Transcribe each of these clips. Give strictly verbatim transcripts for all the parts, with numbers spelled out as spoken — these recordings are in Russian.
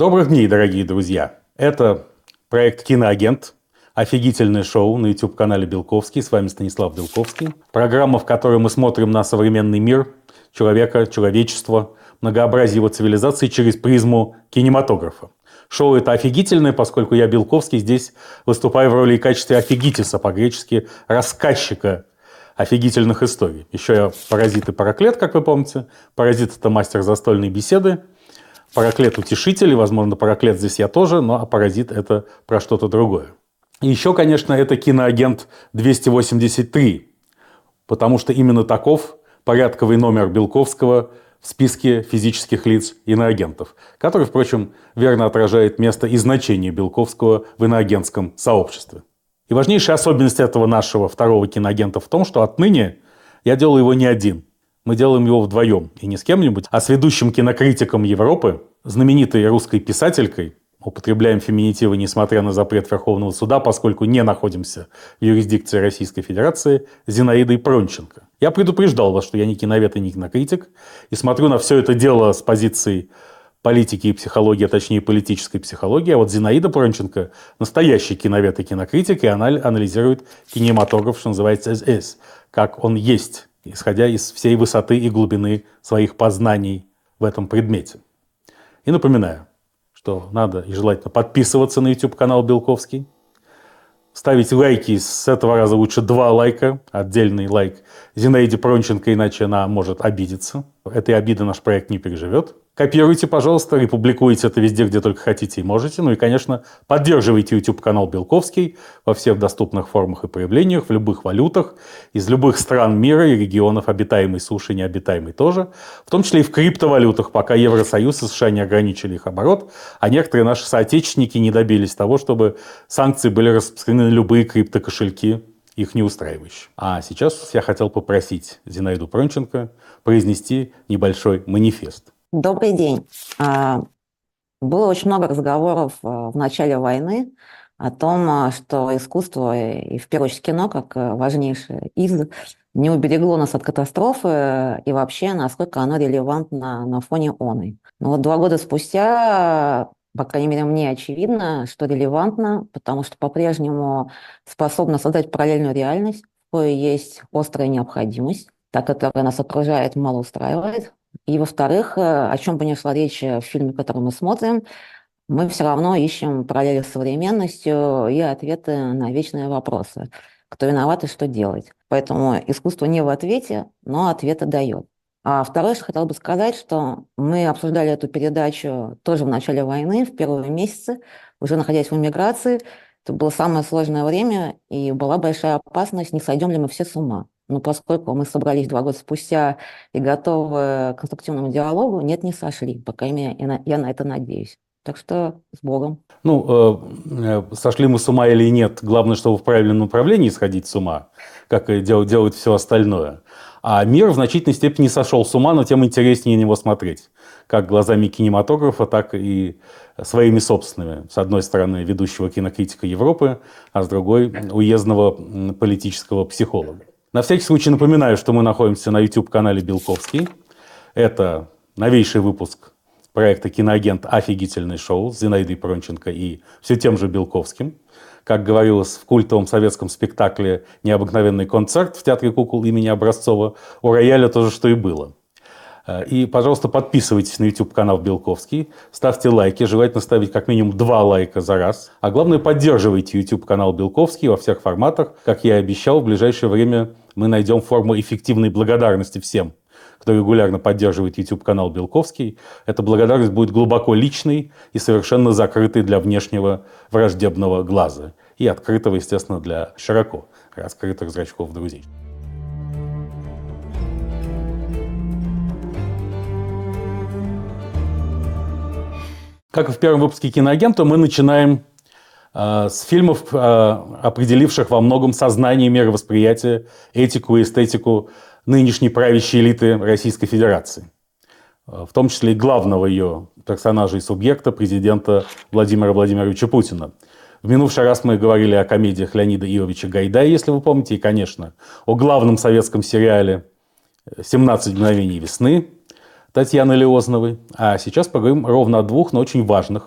Добрых дней, дорогие друзья! Это проект «Киноагент», офигительное шоу на YouTube-канале Белковский. С вами Станислав Белковский. Программа, в которой мы смотрим на современный мир, человека, человечество, многообразие его цивилизации через призму кинематографа. Шоу это офигительное, поскольку я, Белковский, здесь выступаю в роли и качестве офигитиса, по-гречески рассказчика офигительных историй. Еще я паразит и параклет, как вы помните. Паразит – это мастер застольной беседы. Параклет – утешитель, и, возможно, параклет здесь я тоже, но а паразит – это про что-то другое. И еще, конечно, это киноагент двести восемьдесят три, потому что именно таков порядковый номер Белковского в списке физических лиц иноагентов, который, впрочем, верно отражает место и значение Белковского в иноагентском сообществе. И важнейшая особенность этого нашего второго киноагента в том, что отныне я делаю его не один. Мы делаем его вдвоем, и не с кем-нибудь, а с ведущим кинокритиком Европы, знаменитой русской писателькой. Употребляем феминитивы, несмотря на запрет Верховного суда, поскольку не находимся в юрисдикции Российской Федерации, Зинаидой Пронченко. Я предупреждал вас, что я не киновед и не кинокритик, и смотрю на все это дело с позиции политики и психологии, а точнее политической психологии. А вот Зинаида Пронченко – настоящий киновед и кинокритик, и она анализирует кинематограф, что называется, as is, как он есть, исходя из всей высоты и глубины своих познаний в этом предмете. И напоминаю, что надо и желательно подписываться на YouTube-канал Белковский, ставить лайки, с этого раза лучше два лайка, отдельный лайк Зинаиде Пронченко, иначе она может обидеться. Этой обиды наш проект не переживет. Копируйте, пожалуйста, и публикуйте это везде, где только хотите и можете. Ну и, конечно, поддерживайте YouTube-канал Белковский во всех доступных формах и проявлениях, в любых валютах, из любых стран мира и регионов, обитаемой суши, необитаемой тоже, в том числе и в криптовалютах, пока Евросоюз и США не ограничили их оборот, а некоторые наши соотечественники не добились того, чтобы санкции были распространены на любые криптокошельки, их не устраивающие. А сейчас я хотел попросить Зинаиду Пронченко произнести небольшой манифест. Добрый день. Было очень много разговоров в начале войны о том, что искусство, и в первую очередь кино, как важнейшее из, не уберегло нас от катастрофы и вообще, насколько оно релевантно на фоне оной. Но вот два года спустя, по крайней мере, мне очевидно, что релевантно, потому что по-прежнему способна создать параллельную реальность, в которой есть острая необходимость, та, которая нас окружает, мало устраивает. И, во-вторых, о чем бы ни шла речь в фильме, который мы смотрим, мы все равно ищем параллели с современностью и ответы на вечные вопросы. Кто виноват и что делать. Поэтому искусство не в ответе, но ответы дает. А второе, что хотела бы сказать, что мы обсуждали эту передачу тоже в начале войны, в первые месяцы, уже находясь в эмиграции. Это было самое сложное время, и была большая опасность, не сойдем ли мы все с ума. Но поскольку мы собрались два года спустя и готовы к конструктивному диалогу, нет, не сошли. По крайней мере, я на это надеюсь. Так что с Богом. Ну, э, сошли мы с ума или нет, главное, чтобы в правильном направлении сходить с ума, как и делать, делать все остальное. А мир в значительной степени сошел с ума, но тем интереснее на него смотреть. Как глазами кинематографа, так и своими собственными. С одной стороны, ведущего кинокритика Европы, а с другой – уездного политического психолога. На всякий случай напоминаю, что мы находимся на YouTube-канале Белковский. Это новейший выпуск проекта «Киноагент. Офигительное шоу» с Зинаидой Пронченко и все тем же Белковским. Как говорилось в культовом советском спектакле «Необыкновенный концерт» в Театре кукол имени Образцова, у рояля то же, что и было. И, пожалуйста, подписывайтесь на YouTube-канал Белковский, ставьте лайки, желательно ставить как минимум два лайка за раз. А главное, поддерживайте YouTube-канал Белковский во всех форматах. Как я и обещал, в ближайшее время мы найдем форму эффективной благодарности всем, кто регулярно поддерживает YouTube-канал Белковский. Эта благодарность будет глубоко личной и совершенно закрытой для внешнего враждебного глаза. И открытого, естественно, для широко раскрытых зрачков друзей. Как и в первом выпуске «Киноагента», мы начинаем э, с фильмов, э, определивших во многом сознание, мировосприятие, этику и эстетику нынешней правящей элиты Российской Федерации. Э, в том числе и главного ее персонажа и субъекта, президента Владимира Владимировича Путина. В минувший раз мы говорили о комедиях Леонида Иовича Гайдая, если вы помните, и, конечно, о главном советском сериале «семнадцать мгновений весны» Татьяны Леозновой. А сейчас поговорим ровно о двух, но очень важных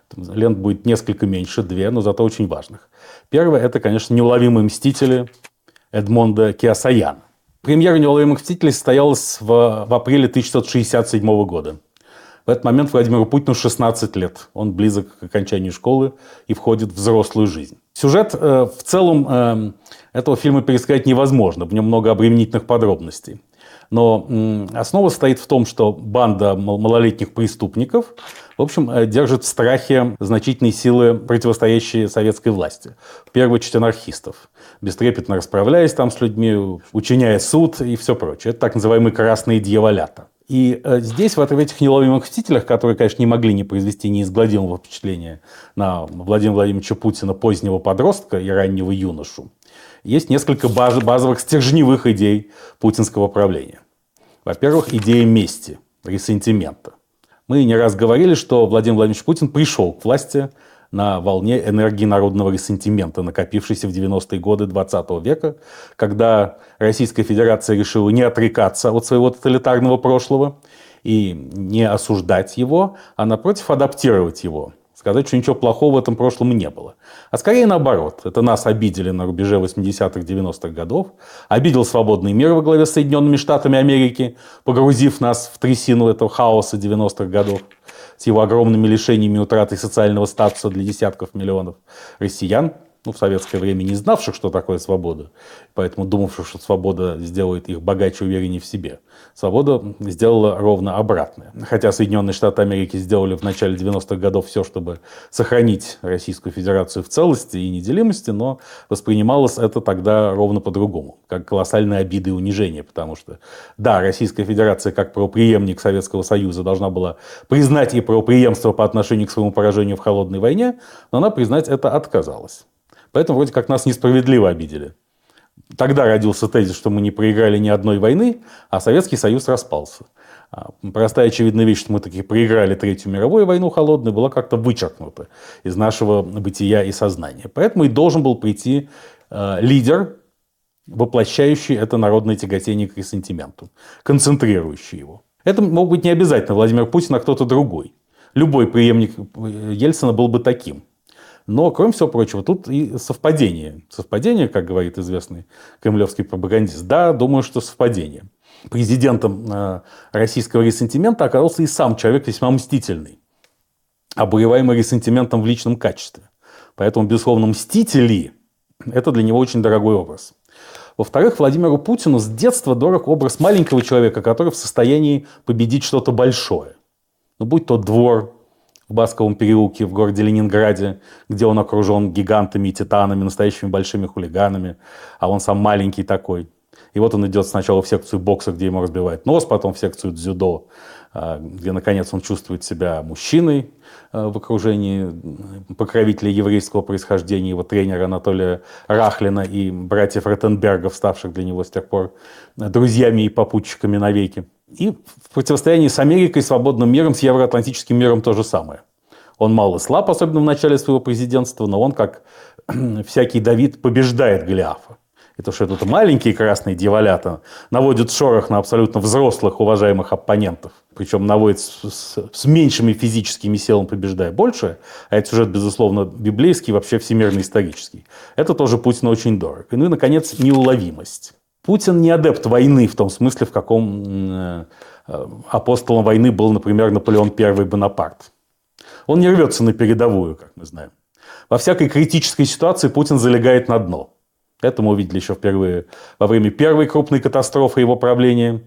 Лент будет несколько меньше, две, но зато очень важных. Первое – это, конечно, «Неуловимые мстители» Эдмонда Кеосаяна. Премьера «Неуловимых мстителей» состоялась в, в апреле тысяча девятьсот шестьдесят седьмого года. В этот момент Владимиру Путину шестнадцать лет. Он близок к окончанию школы и входит в взрослую жизнь. Сюжет э, в целом э, этого фильма пересказать невозможно. В нем много обременительных подробностей. Но э, основа состоит в том, что банда малолетних преступников, в общем, э, держит в страхе значительные силы, противостоящие советской власти. В первую очередь анархистов. Бестрепетно расправляясь там с людьми, учиняя суд и все прочее. Это так называемые красные дьяволята. И э, здесь, вот в этих «Неуловимых мстителях», которые, конечно, не могли не произвести неизгладимого впечатления на Владимира Владимировича Путина, позднего подростка и раннего юношу, есть несколько баз- базовых стержневых идей путинского правления. Во-первых, идея мести, ресентимента. Мы не раз говорили, что Владимир Владимирович Путин пришел к власти на волне энергии народного ресентимента, накопившейся в девяностые годы двадцатого века, когда Российская Федерация решила не отрекаться от своего тоталитарного прошлого и не осуждать его, а напротив адаптировать его. Сказать, что ничего плохого в этом прошлом не было. А скорее наоборот. Это нас обидели на рубеже восьмидесятых, девяностых годов. Обидел свободный мир во главе с Соединенными Штатами Америки, погрузив нас в трясину этого хаоса девяностых годов с его огромными лишениями и утратой социального статуса для десятков миллионов россиян, ну, в советское время не знавших, что такое свобода, поэтому думавших, что свобода сделает их богаче и увереннее в себе. Свобода сделала ровно обратное. Хотя Соединенные Штаты Америки сделали в начале девяностых годов все, чтобы сохранить Российскую Федерацию в целости и неделимости, но воспринималось это тогда ровно по-другому, как колоссальные обиды и унижения, потому что, да, Российская Федерация как правопреемник Советского Союза должна была признать и правопреемство по отношению к своему поражению в холодной войне, но она признать это отказалась. Поэтому вроде как нас несправедливо обидели. Тогда родился тезис, что мы не проиграли ни одной войны, а Советский Союз распался. Простая очевидная вещь, что мы таки проиграли Третью мировую войну холодную, была как-то вычеркнута из нашего бытия и сознания. Поэтому и должен был прийти э, лидер, воплощающий это народное тяготение к ресентименту, концентрирующий его. Это мог быть не обязательно Владимир Путин, а кто-то другой. Любой преемник Ельцина был бы таким. Но, кроме всего прочего, тут и совпадение. Совпадение, как говорит известный кремлевский пропагандист. Да, думаю, что совпадение. Президентом э, российского ресентимента оказался и сам человек весьма мстительный, обуреваемый ресентиментом в личном качестве. Поэтому, безусловно, мстители – это для него очень дорогой образ. Во-вторых, Владимиру Путину с детства дорог образ маленького человека, который в состоянии победить что-то большое. Ну, будь то двор в Басковом переулке в городе Ленинграде, где он окружен гигантами и титанами, настоящими большими хулиганами, а он сам маленький такой. И вот он идет сначала в секцию бокса, где ему разбивают нос, потом в секцию дзюдо, где, наконец, он чувствует себя мужчиной в окружении покровителя еврейского происхождения, его тренера Анатолия Рахлина и братьев Ротенбергов, ставших для него с тех пор друзьями и попутчиками навеки. И в противостоянии с Америкой, свободным миром, с евроатлантическим миром то же самое. Он мал и слаб, особенно в начале своего президентства, но он, как всякий Давид, побеждает Голиафа. И то, что это маленькие красные дьяволята наводят шорох на абсолютно взрослых, уважаемых оппонентов. Причем наводит с, с, с меньшими физическими силами, побеждая больше. А этот сюжет, безусловно, библейский, вообще всемирно-исторический. Это тоже Путину очень дорого. Ну и, наконец, неуловимость. Путин не адепт войны в том смысле, в каком э, апостолом войны был, например, Наполеон Первый Бонапарт. Он не рвется на передовую, как мы знаем. Во всякой критической ситуации Путин залегает на дно. Это мы увидели еще впервые во время первой крупной катастрофы его правления,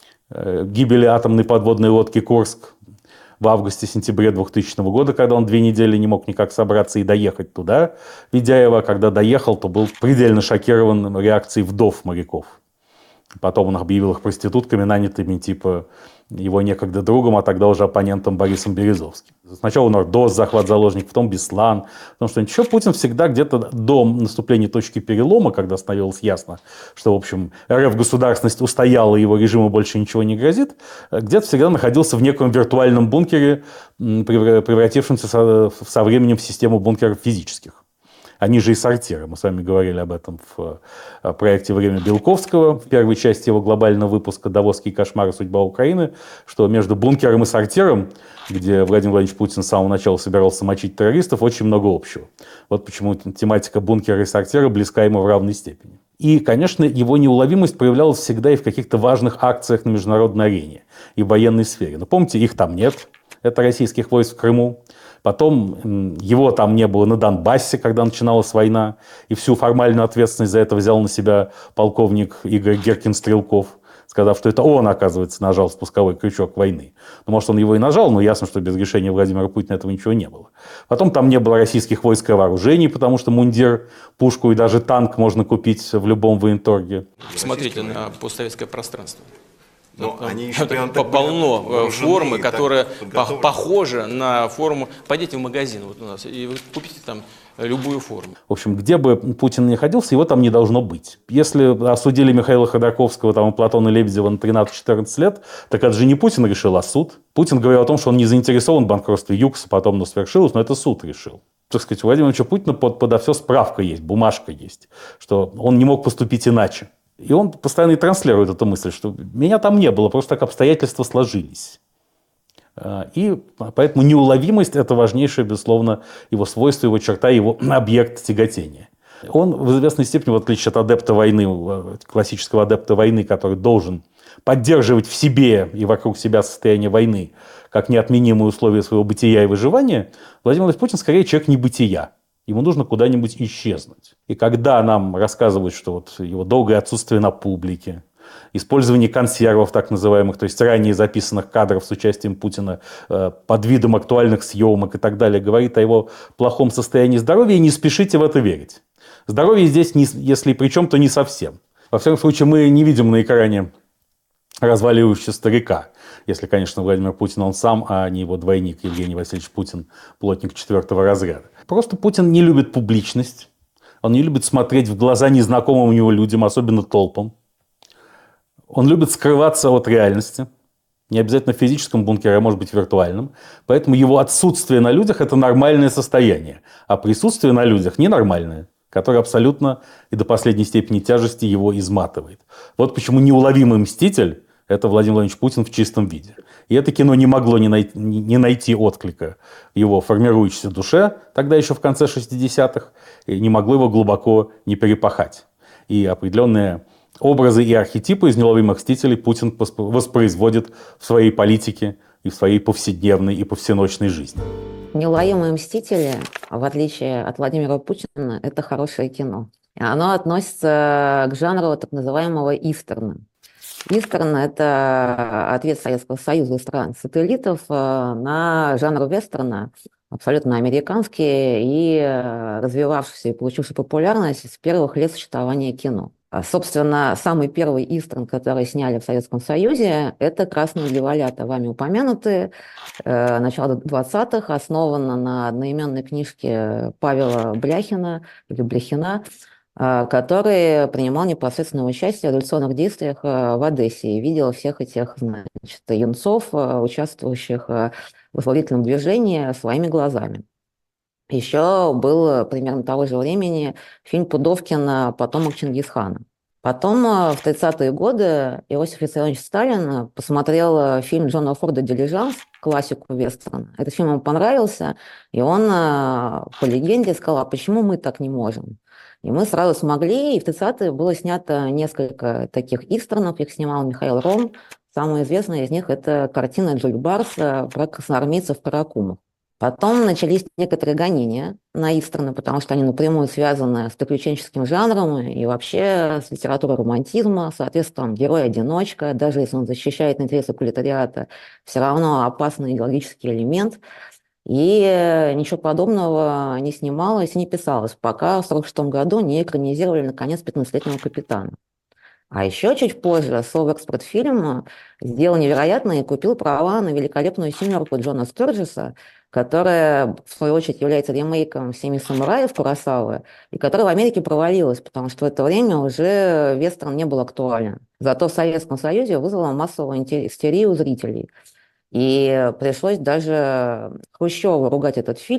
э, гибели атомной подводной лодки «Курск» в августе-сентябре двухтысячного года, когда он две недели не мог никак собраться и доехать туда, Ведяева. Когда доехал, то был предельно шокирован реакцией вдов моряков. Потом он объявил их проститутками, нанятыми типа его некогда другом, а тогда уже оппонентом Борисом Березовским. Сначала Нордост, захват заложников, потом Беслан. Потому что еще Путин всегда где-то до наступления точки перелома, когда становилось ясно, что, в общем, РФ-государственность устояла, и его режиму больше ничего не грозит, где-то всегда находился в неком виртуальном бункере, превратившемся со временем в систему бункеров физических. Они же и сортиры. Мы с вами говорили об этом в проекте «Время Белковского», в первой части его глобального выпуска «Давосские кошмары. Судьба Украины», что между бункером и сортиром, где Владимир Владимирович Путин с самого начала собирался мочить террористов, очень много общего. Вот почему тематика бункера и сортира близка ему в равной степени. И, конечно, его неуловимость проявлялась всегда и в каких-то важных акциях на международной арене и в военной сфере. Но помните, их там нет, это российских войск в Крыму. Потом его там не было на Донбассе, когда начиналась война, и всю формальную ответственность за это взял на себя полковник Игорь Геркин-Стрелков, сказав, что это он, оказывается, нажал спусковой крючок войны. Ну, может, он его и нажал, но ясно, что без решения Владимира Путина этого ничего не было. Потом там не было российских войск и вооружений, потому что мундир, пушку и даже танк можно купить в любом военторге. Смотрите на постсоветское пространство. Но Там, они еще прям так полно формы, которые так похожи на форму. Пойдите в магазин вот у нас и вы купите там любую форму. В общем, где бы Путин ни находился, его там не должно быть. Если осудили Михаила Ходорковского там, и Платона Лебедева на тринадцать-четырнадцать лет, так это же не Путин решил, а суд. Путин говорил о том, что он не заинтересован в банкротстве ЮКОСа, потом оно свершилось, но это суд решил. Так сказать, у Владимира Ильича Путина под, подо все справка есть, бумажка есть, что он не мог поступить иначе. И он постоянно и транслирует эту мысль, что меня там не было, просто так обстоятельства сложились. И поэтому неуловимость – это важнейшее, безусловно, его свойство, его черта, его объект тяготения. Он в известной степени, в отличие от адепта войны, классического адепта войны, который должен поддерживать в себе и вокруг себя состояние войны как неотменимые условия своего бытия и выживания, Владимир Владимирович Путин скорее человек небытия. Ему нужно куда-нибудь исчезнуть. И когда нам рассказывают, что вот его долгое отсутствие на публике, использование консервов так называемых, то есть ранее записанных кадров с участием Путина э, под видом актуальных съемок и так далее, говорит о его плохом состоянии здоровья, и не спешите в это верить. Здоровье здесь, не, если и при чем, то не совсем. Во всяком случае, мы не видим на экране разваливающегося старика. Если, конечно, Владимир Путин он сам, а не его двойник Евгений Васильевич Путин, плотник четвертого разряда. Просто Путин не любит публичность. Он не любит смотреть в глаза незнакомым у него людям, особенно толпам. Он любит скрываться от реальности. Не обязательно в физическом бункере, а может быть виртуальном. Поэтому его отсутствие на людях – это нормальное состояние. А присутствие на людях – ненормальное, которое абсолютно и до последней степени тяжести его изматывает. Вот почему неуловимый мститель – это Владимир Владимирович Путин в чистом виде. И это кино не могло не найти, не найти отклика в его формирующейся душе, тогда еще в конце шестидесятых, и не могло его глубоко не перепахать. И определенные образы и архетипы из неуловимых мстителей Путин воспроизводит в своей политике и в своей повседневной и повсеночной жизни. «Неуловимые мстители», в отличие от Владимира Путина, это хорошее кино. И оно относится к жанру так называемого истерна. Истерн – это ответ Советского Союза и стран-сателлитов на жанр вестерна, абсолютно американский и развивавшийся и получивший популярность с первых лет существования кино. Собственно, самый первый истерн, который сняли в Советском Союзе, это «Красные дьяволята», вами упомянутые, начало двадцатых, основано на одноименной книжке Павела Бляхина или Бляхина, который принимал непосредственное участие в революционных действиях в Одессе и видел всех этих, значит, юнцов, участвующих в освободительном движении, своими глазами. Еще был примерно того же времени фильм Пудовкина «Потомок Чингисхана». Потом в тридцатые годы Иосиф Виссарионович Сталин посмотрел фильм Джона Форда «Дилижанс», классику вестерна. Этот фильм ему понравился, и он, по легенде, сказал: а почему мы так не можем? И мы сразу смогли, и в тридцатые было снято несколько таких истернов, их снимал Михаил Ром. Самая известная из них – это картина Джуль Барса про красноармейцев Каракумов. Потом начались некоторые гонения на истерны, потому что они напрямую связаны с приключенческим жанром и вообще с литературой романтизма. Соответственно, герой-одиночка, даже если он защищает интересы пролетариата, все равно опасный идеологический элемент. И ничего подобного не снималось и не писалось, пока в сорок шестом году не экранизировали, наконец, пятнадцатилетнего капитана. А еще чуть позже Совэкспортфильм сделал невероятное и купил права на великолепную семерку Джона Стерджеса, которая, в свою очередь, является ремейком «Семи самураев» Куросавы, и которая в Америке провалилась, потому что в это время уже вестерн не был актуален. Зато в Советском Союзе вызвала массовую истерию зрителей. И пришлось даже Хрущеву ругать этот фильм,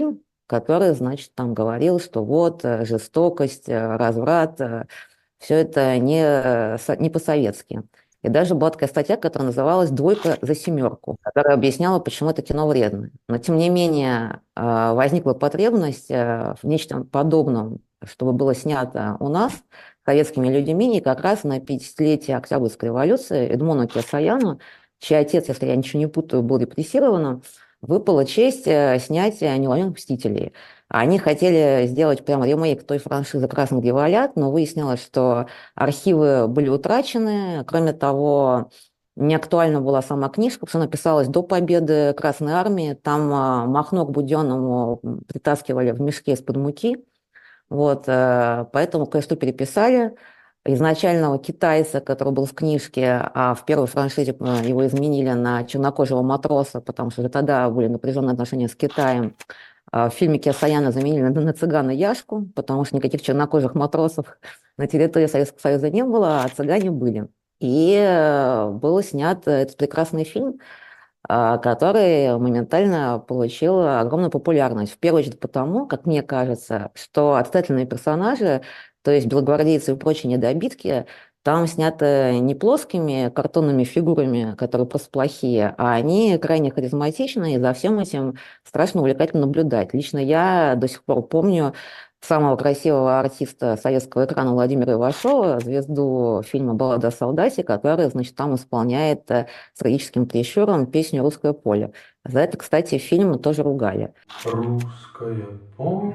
который, значит, там говорил, что вот жестокость, разврат, все это не, не по-советски. И даже была такая статья, которая называлась «Двойка за семерку», которая объясняла, почему это кино вредно. Но, тем не менее, возникла потребность в нечто подобном, чтобы было снято у нас советскими людьми, и как раз на пятидесятилетие Октябрьской революции Эдмону Кесаяну, чей отец, если я ничего не путаю, был репрессирован, выпала честь снять «Неуловимых мстителей». Они хотели сделать прям ремейк той франшизы «Красных дьяволят», но выяснилось, что архивы были утрачены. Кроме того, не актуальна была сама книжка, потому что она писалась до победы Красной Армии. Там Махно к Буденному притаскивали в мешке из-под муки. Вот, поэтому кое-что переписали. Изначального китайца, который был в книжке, а в первой франшизе его изменили на чернокожего матроса, потому что тогда были напряженные отношения с Китаем. В фильме Кесаяна заменили на, на цыгана Яшку, потому что никаких чернокожих матросов на территории Советского Союза не было, а цыгане были. И был снят этот прекрасный фильм, который моментально получил огромную популярность. В первую очередь потому, как мне кажется, что отстательные персонажи, то есть белогвардейцы и прочие недобитки, там сняты не плоскими картонными фигурами, которые просто плохие, а они крайне харизматичны, и за всем этим страшно увлекательно наблюдать. Лично я до сих пор помню самого красивого артиста советского экрана Владимира Ивашова, звезду фильма «Баллада о солдате», который, значит, там исполняет с трагическим прищуром песню «Русское поле». За это, кстати, фильм тоже ругали. Русское поле,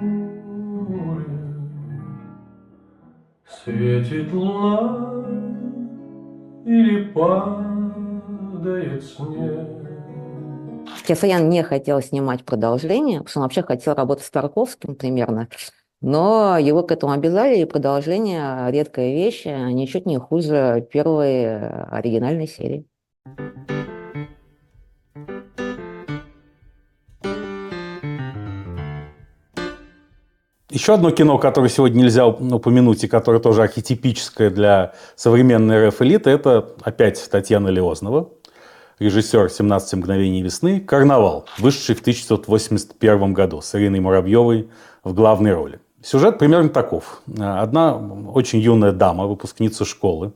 светит луна или падает снег. Кесаян не хотел снимать продолжение, потому что он вообще хотел работать с Тарковским примерно, но его к этому обязали, и продолжение редкая вещь, ничуть не хуже первой оригинальной серии. Еще одно кино, которое сегодня нельзя упомянуть и которое тоже архетипическое для современной РФ-элиты, это опять Татьяна Леознова, режиссер «семнадцати мгновений весны», «Карнавал», вышедший в тысяча девятьсот восемьдесят первом году с Ириной Муравьевой в главной роли. Сюжет примерно таков. Одна очень юная дама, выпускница школы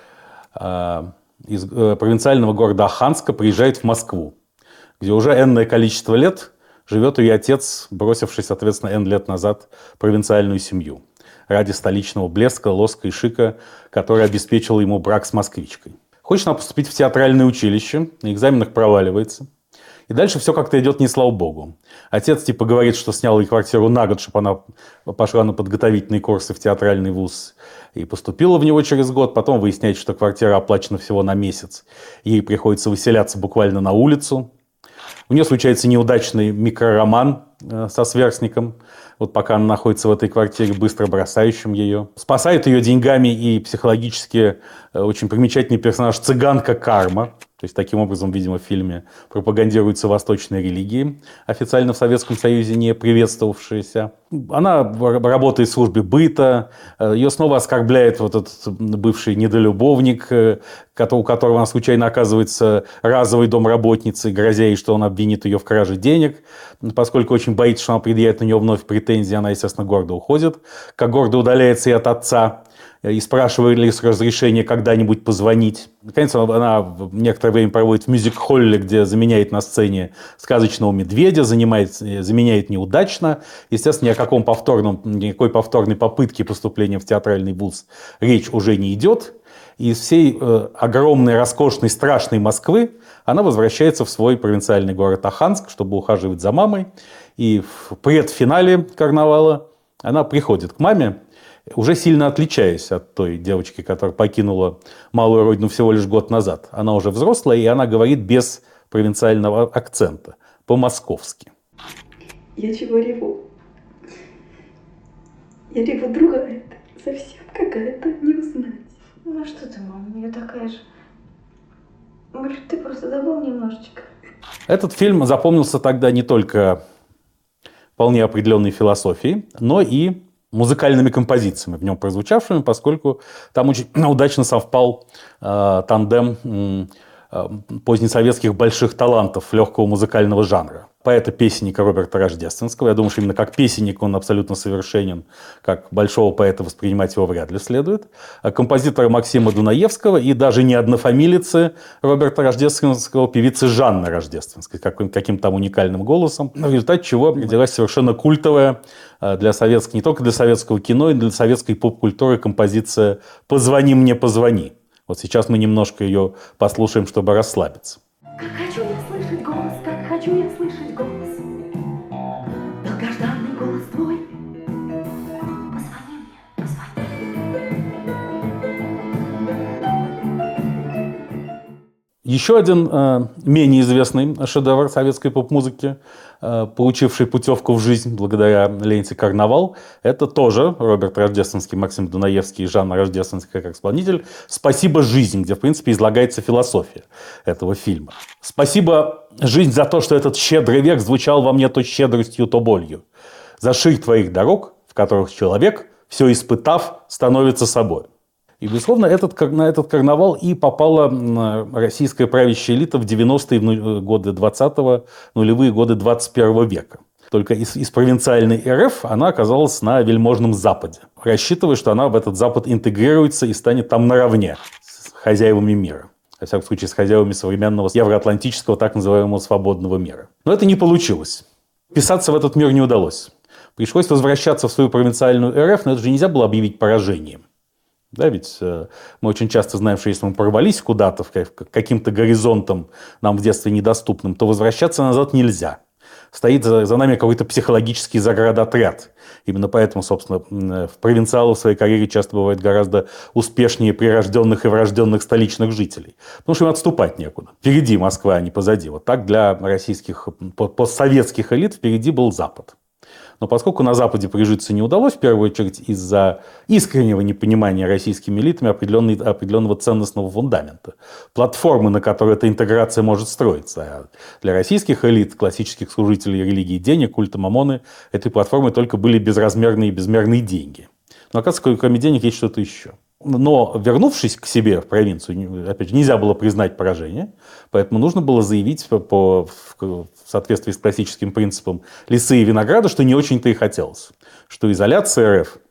из провинциального города Оханска, приезжает в Москву, где уже энное количество лет живет ее отец, бросивший, соответственно, N лет назад провинциальную семью ради столичного блеска, лоска и шика, который обеспечил ему брак с москвичкой. Хочет она поступить в театральное училище, на экзаменах проваливается. И дальше все как-то идет не слава богу. Отец типа говорит, что снял ей квартиру на год, чтобы она пошла на подготовительные курсы в театральный вуз и поступила в него через год. Потом выясняется, что квартира оплачена всего на месяц. Ей приходится выселяться буквально на улицу. У нее случается неудачный микророман со сверстником, вот пока она находится в этой квартире, быстро бросающим ее. Спасает ее деньгами и психологически очень примечательный персонаж цыганка Карма. То есть, таким образом, видимо, в фильме пропагандируются восточные религии, официально в Советском Союзе не приветствовавшиеся. Она работает в службе быта, ее снова оскорбляет вот этот бывший недолюбовник, у которого она случайно оказывается разовой домработницей, грозя ей, что он обвинит ее в краже денег. Поскольку очень боится, что она предъявит на нее вновь претензии, она, естественно, гордо уходит. Как гордо удаляется и от отца, и спрашивает ли с разрешения когда-нибудь позвонить. Наконец, она некоторое время проводит в мюзик-холле, где заменяет на сцене сказочного медведя, занимает, заменяет неудачно. Естественно, ни о каком повторном, никакой повторной попытке поступления в театральный вуз речь уже не идет. И из всей э, огромной, роскошной, страшной Москвы она возвращается в свой провинциальный город Оханск, чтобы ухаживать за мамой. И в предфинале карнавала она приходит к маме, уже сильно отличаясь от той девочки, которая покинула малую родину всего лишь год назад. Она уже взрослая, и она говорит без провинциального акцента, по-московски. Я чего реву? Я реву другая, совсем какая-то, не узнать. Ну что ты, мам, я такая же. Может, ты просто забыл немножечко. Этот фильм запомнился тогда не только вполне определенной философией, но и музыкальными композициями в нем прозвучавшими, поскольку там очень удачно совпал э, тандем э, позднесоветских больших талантов легкого музыкального жанра. поэта-песенника Роберта Рождественского. Я думаю, что именно как песенник он абсолютно совершенен, как большого поэта воспринимать его вряд ли следует. Композитора Максима Дунаевского и даже не однофамилицы Роберта Рождественского, певицы Жанны Рождественской, каким-то там уникальным голосом, в результате чего родилась совершенно культовая для советского, не только для советского кино, и для советской поп-культуры композиция «Позвони мне, позвони». Вот сейчас мы немножко ее послушаем, чтобы расслабиться. Как хочу я слышать голос, как хочу я слышать голос. Долгожданный голос твой. Позвони мне, позвони. Еще один э, менее известный шедевр советской поп-музыки, э, получивший путевку в жизнь благодаря ленте «Карнавал», это тоже Роберт Рождественский, Максим Дунаевский и Жанна Рождественская как исполнитель «Спасибо, жизнь», где, в принципе, излагается философия этого фильма. «Спасибо, жизнь, за то, что этот щедрый век звучал во мне то щедростью, то болью. За ширь твоих дорог, в которых человек, все испытав, становится собой». И, безусловно, этот, на этот карнавал и попала российская правящая элита в девяностые годы двадцатого, нулевые годы двадцать первого века. Только из, из провинциальной РФ она оказалась на вельможном Западе, рассчитывая, что она в этот Запад интегрируется и станет там наравне с хозяевами мира. Во всяком случае, с хозяевами современного евроатлантического так называемого свободного мира. Но это не получилось. Вписаться в этот мир не удалось. Пришлось возвращаться в свою провинциальную РФ, но это же нельзя было объявить поражением. Да, ведь э, мы очень часто знаем, что если мы порвались куда-то, к каким-то горизонтам нам в детстве недоступным, то возвращаться назад нельзя. Стоит за, за нами какой-то психологический заградотряд. Именно поэтому, собственно, в провинциалах в своей карьере часто бывает гораздо успешнее прирожденных и врожденных столичных жителей. Потому что им отступать некуда. Впереди Москва, а не позади. Вот так для российских постсоветских элит впереди был Запад. Но поскольку на Западе прижиться не удалось, в первую очередь из-за искреннего непонимания российскими элитами определенного ценностного фундамента, платформы, на которой эта интеграция может строиться. А для российских элит, классических служителей религии и денег, культа Мамоны, этой платформой только были безразмерные и безмерные деньги. Но, оказывается, кроме денег есть что-то еще. Но, вернувшись к себе в провинцию, опять же, нельзя было признать поражение, поэтому нужно было заявить по, по, в соответствии с классическим принципом лесы и винограда, что не очень-то и хотелось. Что изоляция РФ,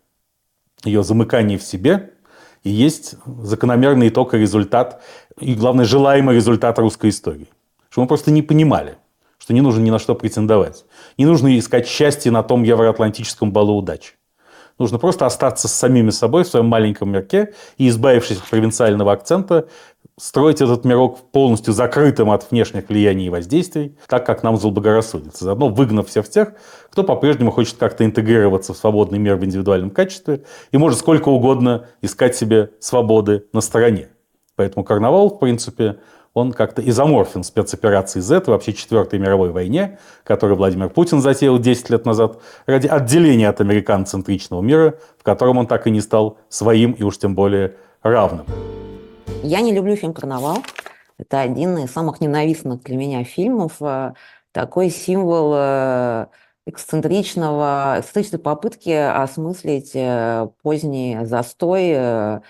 ее замыкание в себе и есть закономерный итог и результат, и, главное, желаемый результат русской истории. Что мы просто не понимали, что не нужно ни на что претендовать. Не нужно искать счастье на том евроатлантическом балу удачи. Нужно просто остаться с самими собой в своем маленьком мирке и, избавившись от провинциального акцента, строить этот мирок полностью закрытым от внешних влияний и воздействий, так, как нам заблагорассудится. Заодно выгнав всех тех, кто по-прежнему хочет как-то интегрироваться в свободный мир в индивидуальном качестве и может сколько угодно искать себе свободы на стороне. Поэтому карнавал, в принципе, он как-то изоморфен спецоперации Z, вообще Четвертой мировой войне, которую Владимир Путин затеял десять лет назад, ради отделения от американоцентричного мира, в котором он так и не стал своим и уж тем более равным. Я не люблю фильм «Карнавал». Это один из самых ненавистных для меня фильмов. Такой символ эксцентричного, эксцентричной попытки осмыслить поздний застой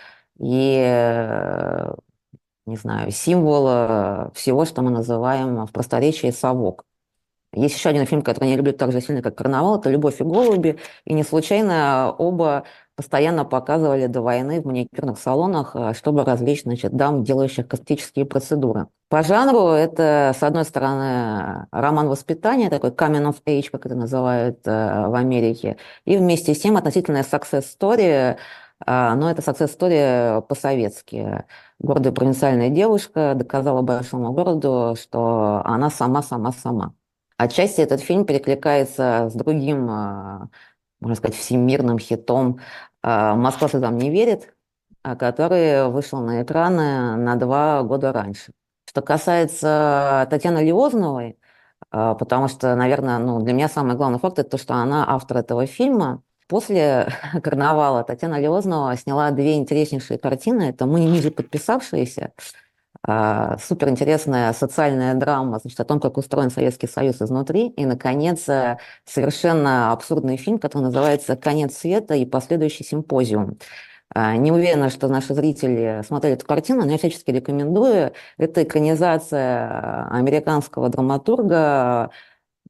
и, не знаю, символ всего, что мы называем в просторечии совок. Есть еще один фильм, который я не люблю так же сильно, как «Карнавал», это «Любовь и голуби». И не случайно оба постоянно показывали до войны в маникюрных салонах, чтобы развлечь, значит, дам, делающих косметические процедуры. По жанру это, с одной стороны, роман воспитания, такой coming of age, как это называют в Америке, и вместе с тем относительная success story, но это success story по-советски. Гордая провинциальная девушка доказала большому городу, что она сама-сама-сама. Отчасти этот фильм перекликается с другим, можно сказать, всемирным хитом «Москва слезам не верит», который вышел на экраны на два года раньше. Что касается Татьяны Лиозновой, потому что, наверное, ну, для меня самый главный факт – это то, что она автор этого фильма. После «Карнавала» Татьяна Лиознова сняла две интереснейшие картины. Это «Мы ниже подписавшиеся», суперинтересная социальная драма, значит, о том, как устроен Советский Союз изнутри. И, наконец, совершенно абсурдный фильм, который называется «Конец света и последующий симпозиум». Не уверена, что наши зрители смотрели эту картину, но я всячески рекомендую. Это экранизация американского драматурга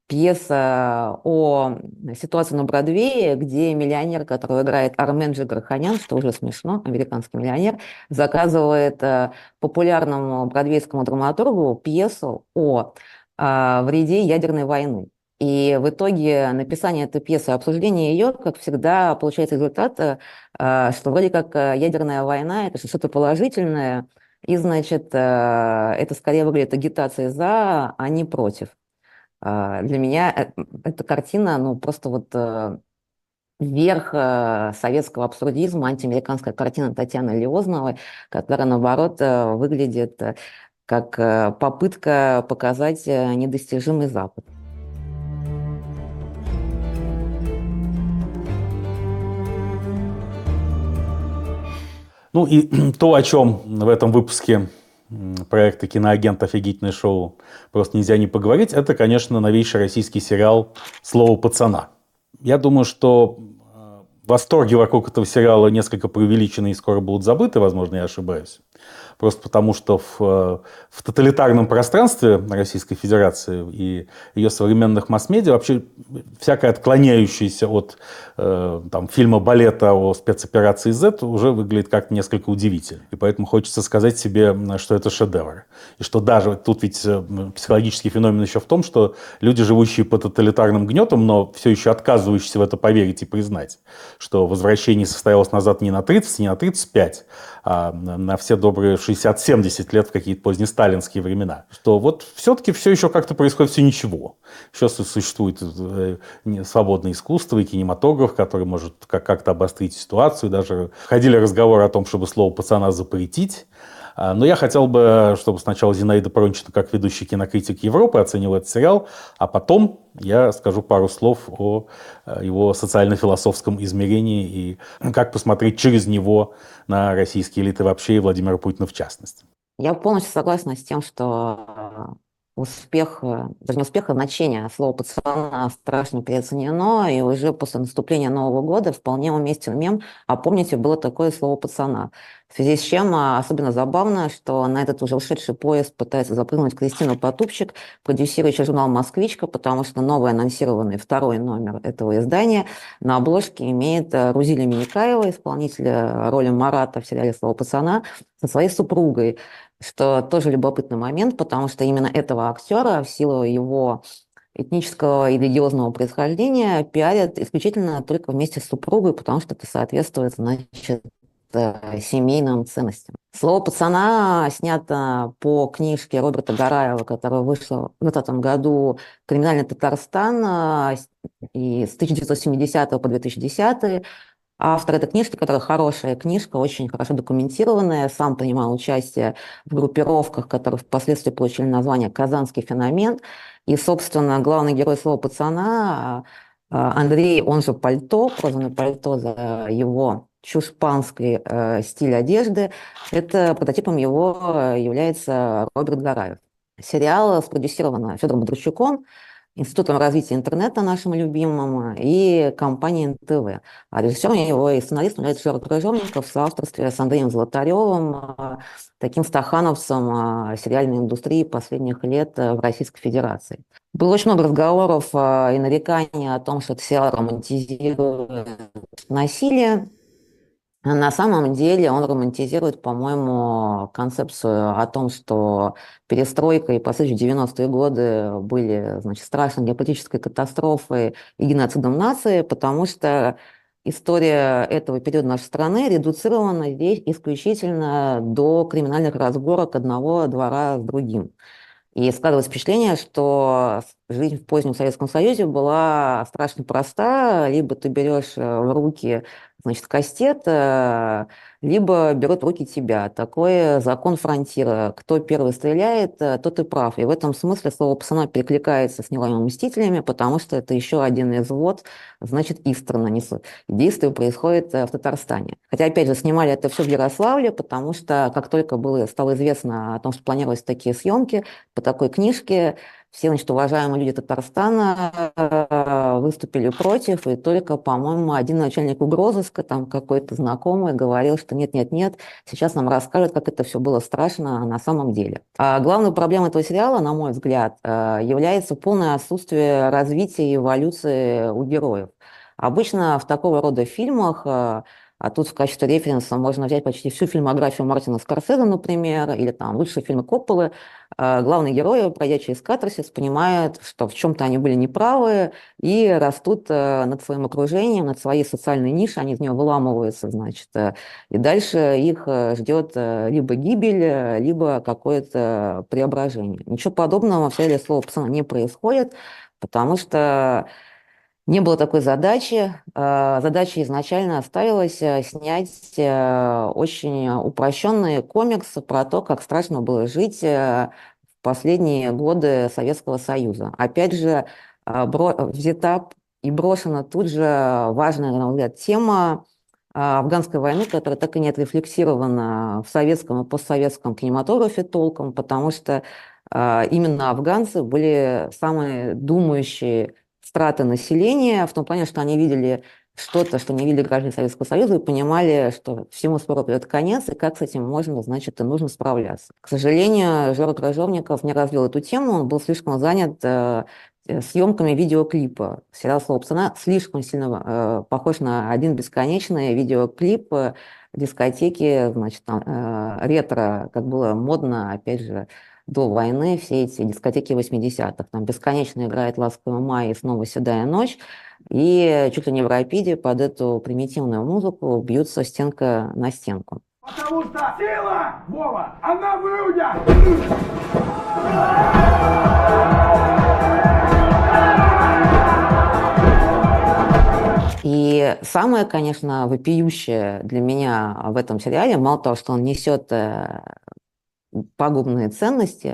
пьеса о ситуации на Бродвее, где миллионер, которого играет Армен Джигарханян, что уже смешно, американский миллионер, заказывает э, популярному бродвейскому драматургу пьесу о э, вреде ядерной войны. И в итоге написания этой пьесы, обсуждения ее, как всегда, получается результат, э, что вроде как э, ядерная война – это что-то положительное, и, значит, э, это скорее выглядит агитацией за, а не против. Э, Для меня э- эта картина, ну, просто вот э, верх э, советского абсурдизма, антиамериканская картина Татьяны Лиозновой, которая, наоборот, э, выглядит э, как э, попытка показать э, недостижимый Запад. Ну и то, о чем в этом выпуске м, проекта «Киноагент. Офигительное шоу» просто нельзя не поговорить, это, конечно, новейший российский сериал «Слово пацана». Я думаю, что э, восторги вокруг этого сериала несколько преувеличены и скоро будут забыты, возможно, я ошибаюсь. Просто потому, что в, э, в тоталитарном пространстве Российской Федерации и ее современных масс-медиа вообще всякое отклоняющееся от э, там, фильма балета о спецоперации Z уже выглядит как-то несколько удивительно. И поэтому хочется сказать себе, что это шедевр. И что даже тут ведь э, психологический феномен еще в том, что люди, живущие под тоталитарным гнетом, но все еще отказывающиеся в это поверить и признать, что возвращение состоялось назад не на тридцать, не на тридцать пять, а на все добрые шестьдесят-семьдесят лет в какие-то позднесталинские времена. Что вот все-таки все еще как-то происходит все ничего. Сейчас существует свободное искусство и кинематограф, который может как-то обострить ситуацию. Даже ходили разговоры о том, чтобы слово «пацана» запретить. Но я хотел бы, чтобы сначала Зинаида Прончина, как ведущий кинокритик Европы, оценила этот сериал, а потом я скажу пару слов о его социально-философском измерении и как посмотреть через него на российские элиты вообще и Владимира Путина в частности. Я полностью согласна с тем, что успех, э, даже не успех, а значение слова «пацана» страшно переоценено, и уже после наступления Нового года вполне уместен мем. А помните, было такое слово «пацана». В связи с чем а, особенно забавно, что на этот уже ушедший поезд пытается запрыгнуть Кристина Потупчик, продюсирующая журнал «Москвичка», потому что новый анонсированный второй номер этого издания на обложке имеет э, Рузилю Миникаева, исполнителя роли Марата в сериале «Слово пацана», со своей супругой, что тоже любопытный момент, потому что именно этого актера в силу его этнического и религиозного происхождения пиарят исключительно только вместе с супругой, потому что это соответствует, значит, э, семейным ценностям. «Слово пацана» снято по книжке Роберта Гараева, которая вышла в двадцатом году «Криминальный Татарстан», э, и с тысяча девятьсот семидесятого по две тысячи десятый. Автор этой книжки, которая хорошая книжка, очень хорошо документированная, сам принимал участие в группировках, которые впоследствии получили название «Казанский феномен». И, собственно, главный герой «Слова пацана» Андрей, он же Пальто, прозванный Пальто за его чушпанский э, стиль одежды, это прототипом его является Роберт Гараев. Сериал спродюсирован Федором Бодручуком, Институтом развития интернета нашим любимым и компанией эн тэ вэ. А режиссером его и сценаристом является Жора Крыжовников в соавторстве с Андреем Золотаревым, таким стахановцем сериальной индустрии последних лет в Российской Федерации. Было очень много разговоров и нареканий о том, что этот сериал романтизирует насилие. На самом деле он романтизирует, по-моему, концепцию о том, что перестройка и последующие девяностые годы были, значит, страшной геополитической катастрофой и геноцидом нации, потому что история этого периода нашей страны редуцирована здесь исключительно до криминальных разборок одного двора с другим. И складывалось впечатление, что жизнь в позднем Советском Союзе была страшно проста. Либо ты берешь в руки, значит, кастет, либо берут в руки тебя. Такой закон фронтира. Кто первый стреляет, тот и прав. И в этом смысле слово «пацана» перекликается с «Неуловимыми мстителями», потому что это еще один извод, значит, Истрана. Действие происходит в Татарстане. Хотя, опять же, снимали это все в Ярославле, потому что как только было, стало известно о том, что планировались такие съемки, по такой книжке все, значит, уважаемые люди Татарстана э, выступили против, и только, по-моему, один начальник угрозыска, там какой-то знакомый, говорил, что нет-нет-нет, сейчас нам расскажут, как это все было страшно на самом деле. А главной проблемой этого сериала, на мой взгляд, э, является полное отсутствие развития и эволюции у героев. Обычно в такого рода фильмах, э, а тут в качестве референса можно взять почти всю фильмографию Мартина Скорсезе, например, или там лучшие фильмы Копполы, главные герои, пройдя через катарсис, понимают, что в чем-то они были неправы и растут над своим окружением, над своей социальной нишей, они из нее выламываются, значит, и дальше их ждет либо гибель, либо какое-то преображение. Ничего подобного в сериале «Слово пацана» не происходит, потому что не было такой задачи. Задача изначально ставилась снять очень упрощенный комикс про то, как страшно было жить в последние годы Советского Союза. Опять же, взята и брошена тут же важная, на мой взгляд, тема афганской войны, которая так и не отрефлексирована в советском и постсоветском кинематографе толком, потому что именно афганцы были самые думающие страты населения, в том плане, что они видели что-то, что не видели граждане Советского Союза, и понимали, что всему скоро придет конец, и как с этим можно, значит, и нужно справляться. К сожалению, Жора Крыжовников не развил эту тему, он был слишком занят э, съемками видеоклипа. Сериал «Слово пацана» слишком сильно э, похож на один бесконечный видеоклип э, дискотеки, значит, там, э, ретро, как было модно, опять же, до войны, все эти дискотеки восьмидесятых. Там бесконечно играет «Ласковый май» и снова «Седая ночь». И чуть ли не в рапиде под эту примитивную музыку бьются стенка на стенку. Потому что сила, Вова, она в людях! И самое, конечно, вопиющее для меня в этом сериале, мало того, что он несет пагубные ценности,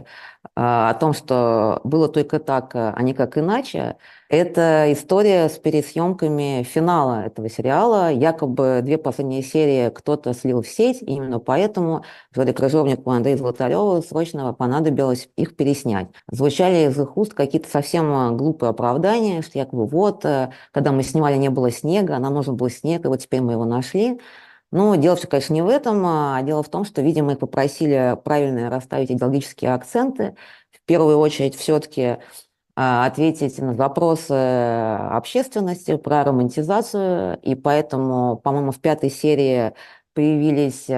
о том, что было только так, а не как иначе, это история с пересъемками финала этого сериала. Якобы две последние серии кто-то слил в сеть, и именно поэтому Жоре Крыжовнику и Андрею Золотареву срочно понадобилось их переснять. Звучали из их уст какие-то совсем глупые оправдания, что якобы вот, когда мы снимали, не было снега, нам нужен был снег, и вот теперь мы его нашли. Но дело все, конечно, не в этом, а дело в том, что, видимо, их попросили правильно расставить идеологические акценты. В первую очередь, все-таки ответить на запросы общественности про романтизацию. И поэтому, по-моему, в пятой серии появились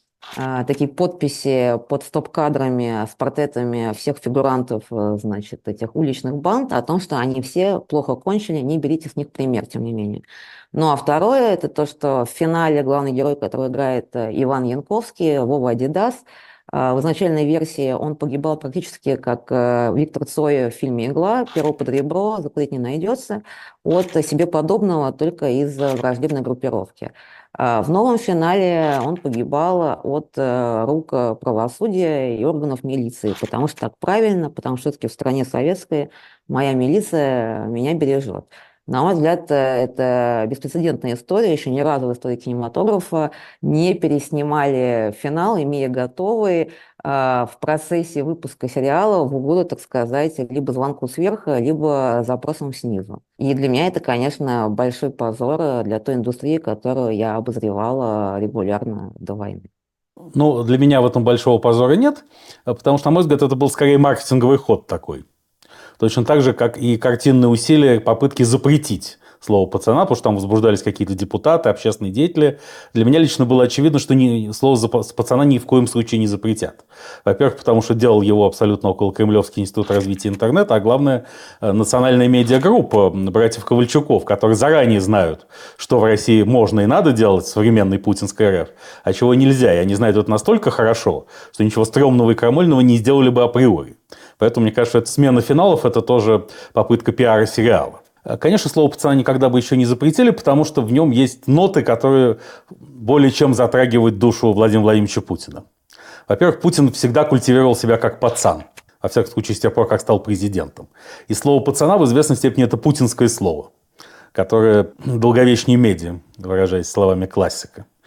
такие подписи под стоп-кадрами с портретами всех фигурантов, значит, этих уличных банд о том, что они все плохо кончили, не берите с них пример, тем не менее. Ну а второе, это то, что в финале главный герой, который играет Иван Янковский, Вова Адидас, в изначальной версии он погибал практически как Виктор Цой в фильме «Игла», перо под ребро, закурить не найдется, от себе подобного только из враждебной группировки. В новом финале он погибал от рук правосудия и органов милиции, потому что так правильно, потому что все-таки в стране советской моя милиция меня бережет. На мой взгляд, это беспрецедентная история. Еще ни разу в истории кинематографа не переснимали финал, имея готовый в процессе выпуска сериала в угоду, так сказать, либо звонку сверху, либо запросом снизу. И для меня это, конечно, большой позор для той индустрии, которую я обозревала регулярно до войны. Ну, для меня в этом большого позора нет, потому что, на мой взгляд, это был скорее маркетинговый ход такой. Точно так же, как и картинные усилия, попытки запретить слово «пацана», потому что там возбуждались какие-то депутаты, общественные деятели. Для меня лично было очевидно, что ни, слово «пацана» ни в коем случае не запретят. Во-первых, потому что делал его абсолютно околокремлевский институт развития интернета, а главное, национальная медиагруппа братьев Ковальчуков, которые заранее знают, что в России можно и надо делать в современной путинской РФ, а чего нельзя. И они знают это настолько хорошо, что ничего стрёмного и крамольного не сделали бы априори. Поэтому, мне кажется, эта смена финалов – это тоже попытка пиара сериала. Конечно, слово «пацана» никогда бы еще не запретили, потому что в нем есть ноты, которые более чем затрагивают душу Владимира Владимировича Путина. Во-первых, Путин всегда культивировал себя как пацан, во всяком случае, с тех пор, как стал президентом. И слово «пацана» в известной степени – это путинское слово, которое долговечнее меди, выражаясь словами классика.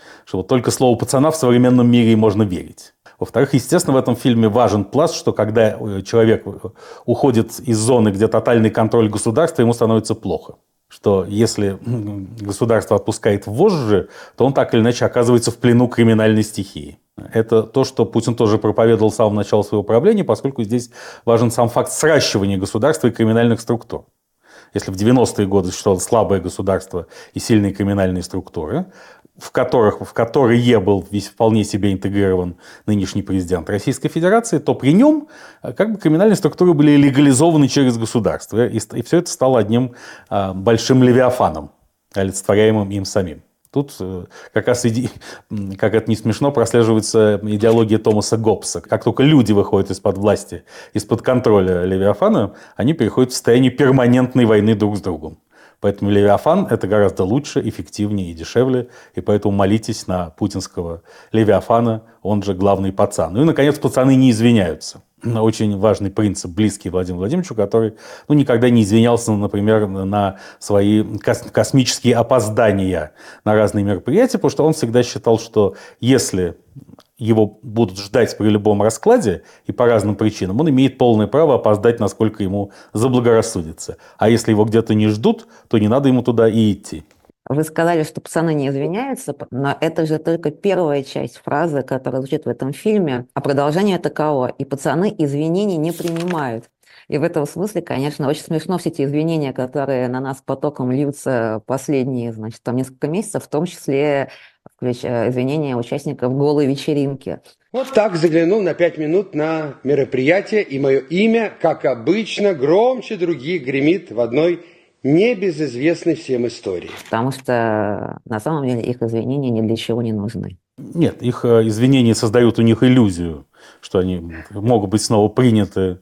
Что вот только слову «пацана» в современном мире можно верить. Во-вторых, естественно, в этом фильме важен пласт, что когда человек уходит из зоны, где тотальный контроль государства, ему становится плохо. Что если государство отпускает вожжи, то он так или иначе оказывается в плену криминальной стихии. Это то, что Путин тоже проповедовал с самого начала своего правления, поскольку здесь важен сам факт сращивания государства и криминальных структур. Если в девяностые годы существовало слабое государство и сильные криминальные структуры, в которых, в которые был весь вполне себе интегрирован нынешний президент Российской Федерации, то при нем как бы криминальные структуры были легализованы через государство. И, и все это стало одним а, большим левиафаном, олицетворяемым им самим. Тут как раз, иде... как это не смешно, прослеживается идеология Томаса Гоббса. Как только люди выходят из-под власти, из-под контроля Левиафана, они переходят в состояние перманентной войны друг с другом. Поэтому Левиафан – это гораздо лучше, эффективнее и дешевле. И поэтому молитесь на путинского Левиафана, он же главный пацан. Ну и, наконец, пацаны не извиняются. Очень важный принцип, близкий Владимиру Владимировичу, который ну, никогда не извинялся, например, на свои космические опоздания на разные мероприятия, потому что он всегда считал, что если его будут ждать при любом раскладе и по разным причинам, он имеет полное право опоздать, насколько ему заблагорассудится. А если его где-то не ждут, то не надо ему туда и идти. Вы сказали, что пацаны не извиняются, но это же только первая часть фразы, которая звучит в этом фильме, а продолжение таково. И пацаны извинений не принимают. И в этом смысле, конечно, очень смешно все эти извинения, которые на нас потоком льются последние, значит, там несколько месяцев, в том числе извинения участников голой вечеринки. Вот так заглянул на пять минут на мероприятие, и мое имя, как обычно, громче других гремит в одной небезызвестной всем истории. Потому что на самом деле их извинения ни для чего не нужны. Нет, их извинения создают у них иллюзию, что они могут быть снова приняты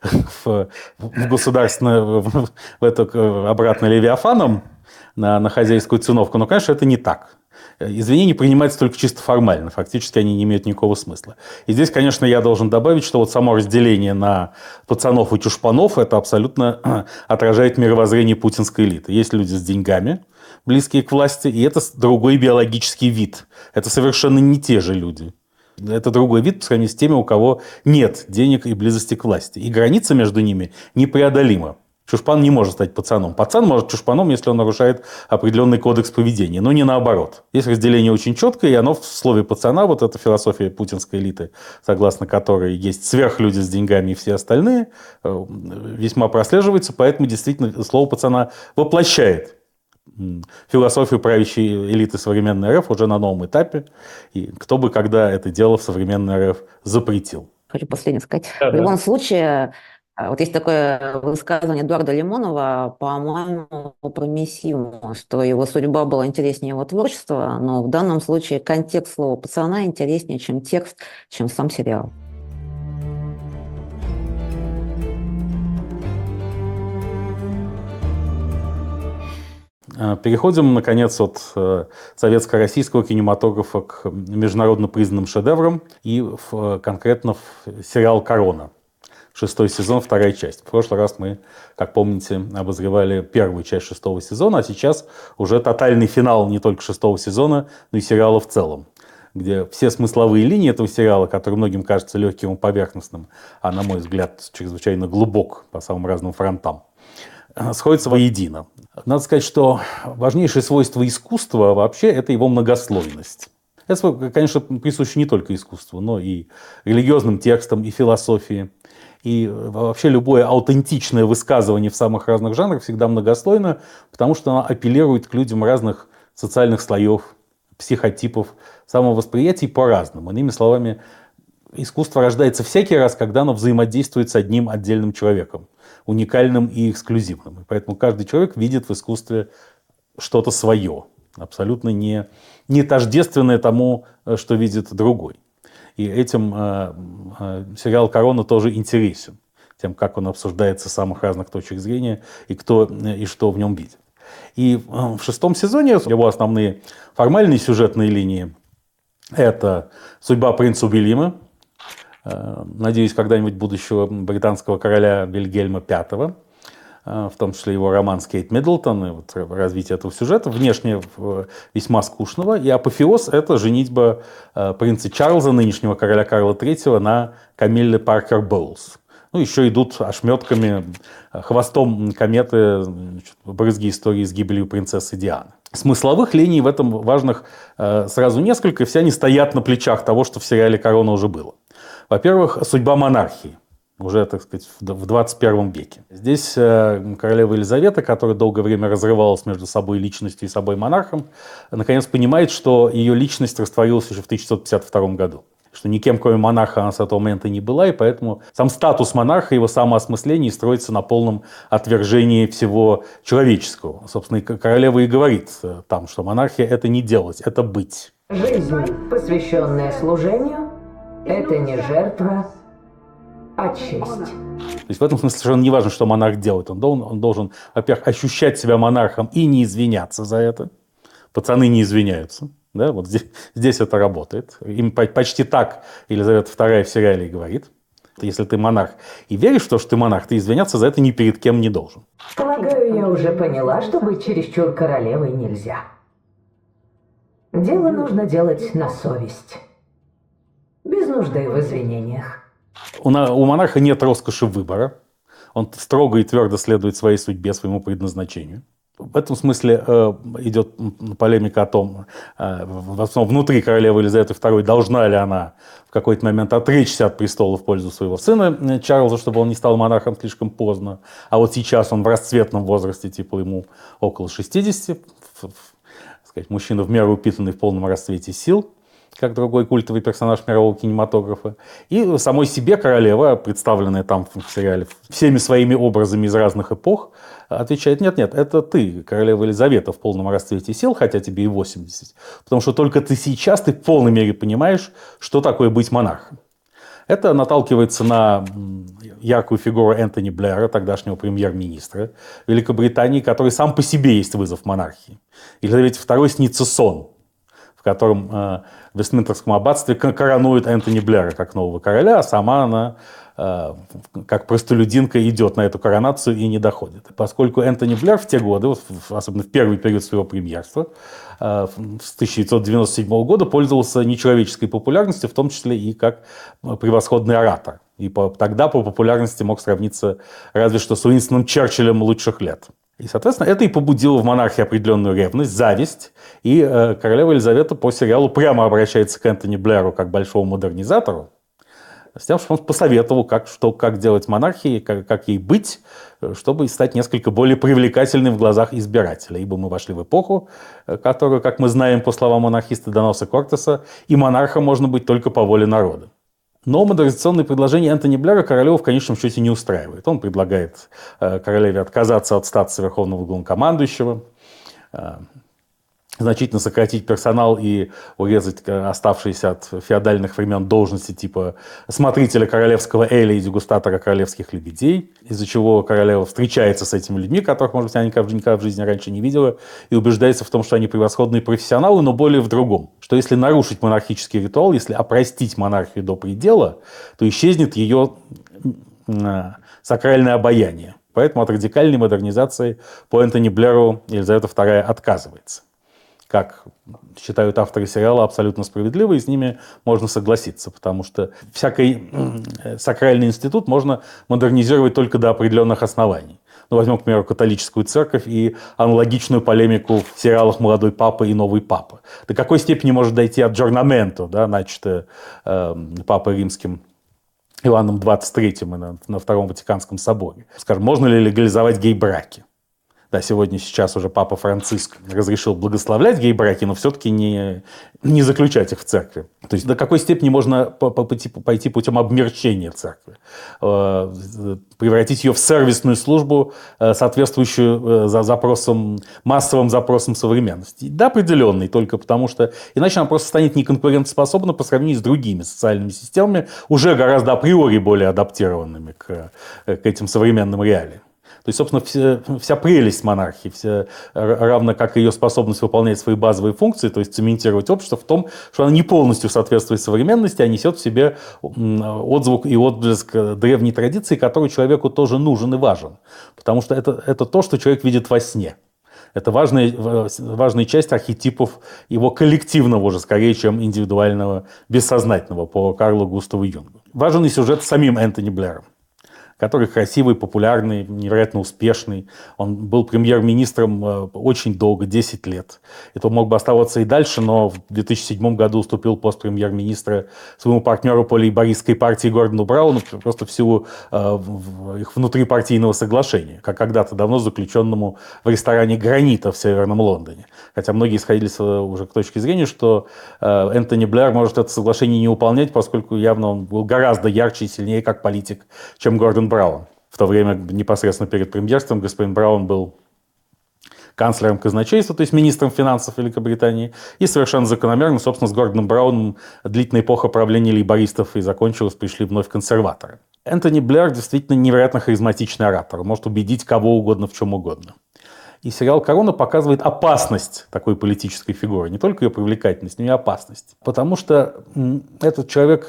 в, в государственное, в, в это обратно Левиафаном на, на хозяйскую циновку. Но, конечно, это не так. Извинения принимаются только чисто формально. Фактически они не имеют никакого смысла. И здесь, конечно, я должен добавить, что вот само разделение на пацанов и чушпанов это абсолютно отражает мировоззрение путинской элиты. Есть люди с деньгами, близкие к власти, и это другой биологический вид. Это совершенно не те же люди. Это другой вид по сравнению с теми, у кого нет денег и близости к власти. И граница между ними непреодолима. Чушпан не может стать пацаном. Пацан может чушпаном, если он нарушает определенный кодекс поведения, но не наоборот. Здесь разделение очень четкое, и оно в слове пацана, вот эта философия путинской элиты, согласно которой есть сверхлюди с деньгами и все остальные, весьма прослеживается, поэтому действительно слово пацана воплощает философию правящей элиты современной РФ уже на новом этапе, и кто бы когда это дело в современной РФ запретил. Хочу последнее сказать. Да, в да. любом случае, вот есть такое высказывание Эдуарда Лимонова, по-моему, про Мисиму, что его судьба была интереснее его творчества, но в данном случае контекст слова «пацана» интереснее, чем текст, чем сам сериал. Переходим, наконец, от советско-российского кинематографа к международно признанным шедеврам и в, конкретно в сериал «Корона». Шестой сезон, вторая часть. В прошлый раз мы, как помните, обозревали первую часть шестого сезона, а сейчас уже тотальный финал не только шестого сезона, но и сериала в целом, где все смысловые линии этого сериала, который многим кажется легким и поверхностным, а, на мой взгляд, чрезвычайно глубок по самым разным фронтам, сходятся воедино. Надо сказать, что важнейшее свойство искусства вообще – это его многослойность. Это, конечно, присуще не только искусству, но и религиозным текстам, и философии. И вообще любое аутентичное высказывание в самых разных жанрах всегда многослойно, потому что оно апеллирует к людям разных социальных слоев, психотипов, самовосприятий по-разному. Иными словами, искусство рождается всякий раз, когда оно взаимодействует с одним отдельным человеком, уникальным и эксклюзивным. И поэтому каждый человек видит в искусстве что-то свое, абсолютно не, не тождественное тому, что видит другой. И этим э, э, сериал «Корона» тоже интересен, тем, как он обсуждается с самых разных точек зрения и кто и что в нем видит. И э, в шестом сезоне его основные формальные сюжетные линии – это судьба принца Уильяма, э, надеюсь, когда-нибудь будущего британского короля Вильгельма пятого, в том числе его роман с Кейт Миддлтон и вот развитие этого сюжета, внешне весьма скучного. И апофеоз – это женитьба принца Чарльза, нынешнего короля Карла третьего, на Камилле Паркер Боулс. Ну, еще идут ошметками, хвостом кометы, значит, брызги истории с гибелью принцессы Дианы. Смысловых линий в этом важных сразу несколько, и все они стоят на плечах того, что в сериале «Корона» уже было. Во-первых, судьба монархии. Уже, так сказать, в двадцать первом веке. Здесь королева Елизавета, которая долгое время разрывалась между собой личностью и собой монархом, наконец понимает, что ее личность растворилась еще в тысяча девятьсот пятьдесят втором году. Что никем, кроме монарха, она с этого момента не была, и поэтому сам статус монарха, его самоосмысление строится на полном отвержении всего человеческого. Собственно, королева и говорит там, что монархия – это не делать, это быть. Жизнь, посвященная служению, это не жертва, а честь. То есть в этом смысле совершенно не важно, что монарх делает. Он должен, он должен, во-первых, ощущать себя монархом и не извиняться за это. Пацаны не извиняются. Да, вот здесь, здесь это работает. Им почти так Елизавета вторая в сериале и говорит. Если ты монарх и веришь в то, что ты монарх, ты извиняться за это ни перед кем не должен. Полагаю, я уже поняла, что быть чересчур королевой нельзя. Дело нужно делать на совесть. Без нужды в извинениях. У, у монарха нет роскоши выбора. Он строго и твердо следует своей судьбе, своему предназначению. В этом смысле э, идет полемика о том, э, в основном внутри королевы Елизаветы второй, должна ли она в какой-то момент отречься от престола в пользу своего сына Чарльза, чтобы он не стал монархом слишком поздно. А вот сейчас он в расцветном возрасте, типа ему около шестидесяти, в, в, сказать, мужчина в меру упитанный, в полном расцвете сил, как другой культовый персонаж мирового кинематографа. И самой себе королева, представленная там в сериале всеми своими образами из разных эпох, отвечает: нет-нет, это ты, королева Елизавета, в полном расцвете сил, хотя тебе и восемьдесят. Потому что только ты сейчас, ты в полной мере понимаешь, что такое быть монархом. Это наталкивается на яркую фигуру Энтони Блэра, тогдашнего премьер-министра Великобритании, который сам по себе есть вызов монархии. Елизавете второй снится сон, в котором э, в Вестминстерском аббатстве коронуют Энтони Блэра как нового короля, а сама она, э, как простолюдинка, идет на эту коронацию и не доходит. Поскольку Энтони Блэр в те годы, особенно в первый период своего премьерства, э, с тысяча девятьсот девяносто седьмого года, пользовался нечеловеческой популярностью, в том числе и как превосходный оратор. И по, тогда по популярности мог сравниться разве что с Уинстоном Черчиллем лучших лет. И, соответственно, это и побудило в монархии определенную ревность, зависть. И э, королева Елизавета по сериалу прямо обращается к Энтони Блэру как большому модернизатору, с тем, что он посоветовал, как, что, как делать монархии, как, как ей быть, чтобы стать несколько более привлекательной в глазах избирателя. Ибо мы вошли в эпоху, которую, как мы знаем, по словам монархиста Доноса Кортеса, и монархом можно быть только по воле народа. Но модернизационные предложения Энтони Блэра королеву в конечном счете не устраивает. Он предлагает э, королеве отказаться от статуса верховного главнокомандующего, э, значительно сократить персонал и урезать оставшиеся от феодальных времен должности типа смотрителя королевского эля и дегустатора королевских лебедей, из-за чего королева встречается с этими людьми, которых, может быть, она никогда в жизни раньше не видела, и убеждается в том, что они превосходные профессионалы, но более в другом. Что если нарушить монархический ритуал, если опростить монархию до предела, то исчезнет ее сакральное обаяние. Поэтому от радикальной модернизации по Энтони Блэру Елизавета вторая отказывается. Как считают авторы сериала, абсолютно справедливо, и с ними можно согласиться, потому что всякий сакральный институт можно модернизировать только до определенных оснований. Ну, возьмем, к примеру, католическую церковь и аналогичную полемику в сериалах «Молодой папа» и «Новый папа». До какой степени может дойти аджорнаменто, да, начатое э, Папой Римским Иоанном двадцать третьим на, на Втором Ватиканском соборе. Скажем, можно ли легализовать гей-браки? Да, сегодня, сейчас уже Папа Франциск разрешил благословлять гей-браки, но все-таки не, не заключать их в церкви. То есть до какой степени можно пойти путем обмерчения церкви, превратить ее в сервисную службу, соответствующую запросам, массовым запросам современности. Да, определенный, только потому что иначе она просто станет неконкурентоспособна по сравнению с другими социальными системами, уже гораздо априори более адаптированными к, к этим современным реалиям. То есть, собственно, вся, вся прелесть монархии, вся, равно как ее способность выполнять свои базовые функции, то есть цементировать общество, в том, что она не полностью соответствует современности, а несет в себе отзвук и отблеск древней традиции, который человеку тоже нужен и важен. Потому что это, это то, что человек видит во сне. Это важная, важная часть архетипов его коллективного уже, скорее, чем индивидуального, бессознательного, по Карлу Густаву Юнгу. Важен и сюжет с самим Энтони Блэром, который красивый, популярный, невероятно успешный. Он был премьер-министром очень долго, десять лет. Это мог бы оставаться и дальше, но в две тысячи седьмом году уступил пост премьер-министра своему партнеру по лейбористской партии Гордону Брауну, просто в силу э, их внутрипартийного соглашения, как когда-то давно заключенному в ресторане «Гранита» в Северном Лондоне. Хотя многие сходились уже к точке зрения, что э, Энтони Блэр может это соглашение не выполнять, поскольку явно он был гораздо ярче и сильнее как политик, чем Гордон Браун. В то время непосредственно перед премьерством господин Браун был канцлером казначейства, то есть министром финансов Великобритании. И совершенно закономерно, собственно, с Гордоном Брауном длительная эпоха правления лейбористов и закончилась, пришли вновь консерваторы. Энтони Блэр действительно невероятно харизматичный оратор, может убедить кого угодно в чем угодно. И сериал «Корона» показывает опасность такой политической фигуры. Не только ее привлекательность, но и опасность. Потому что этот человек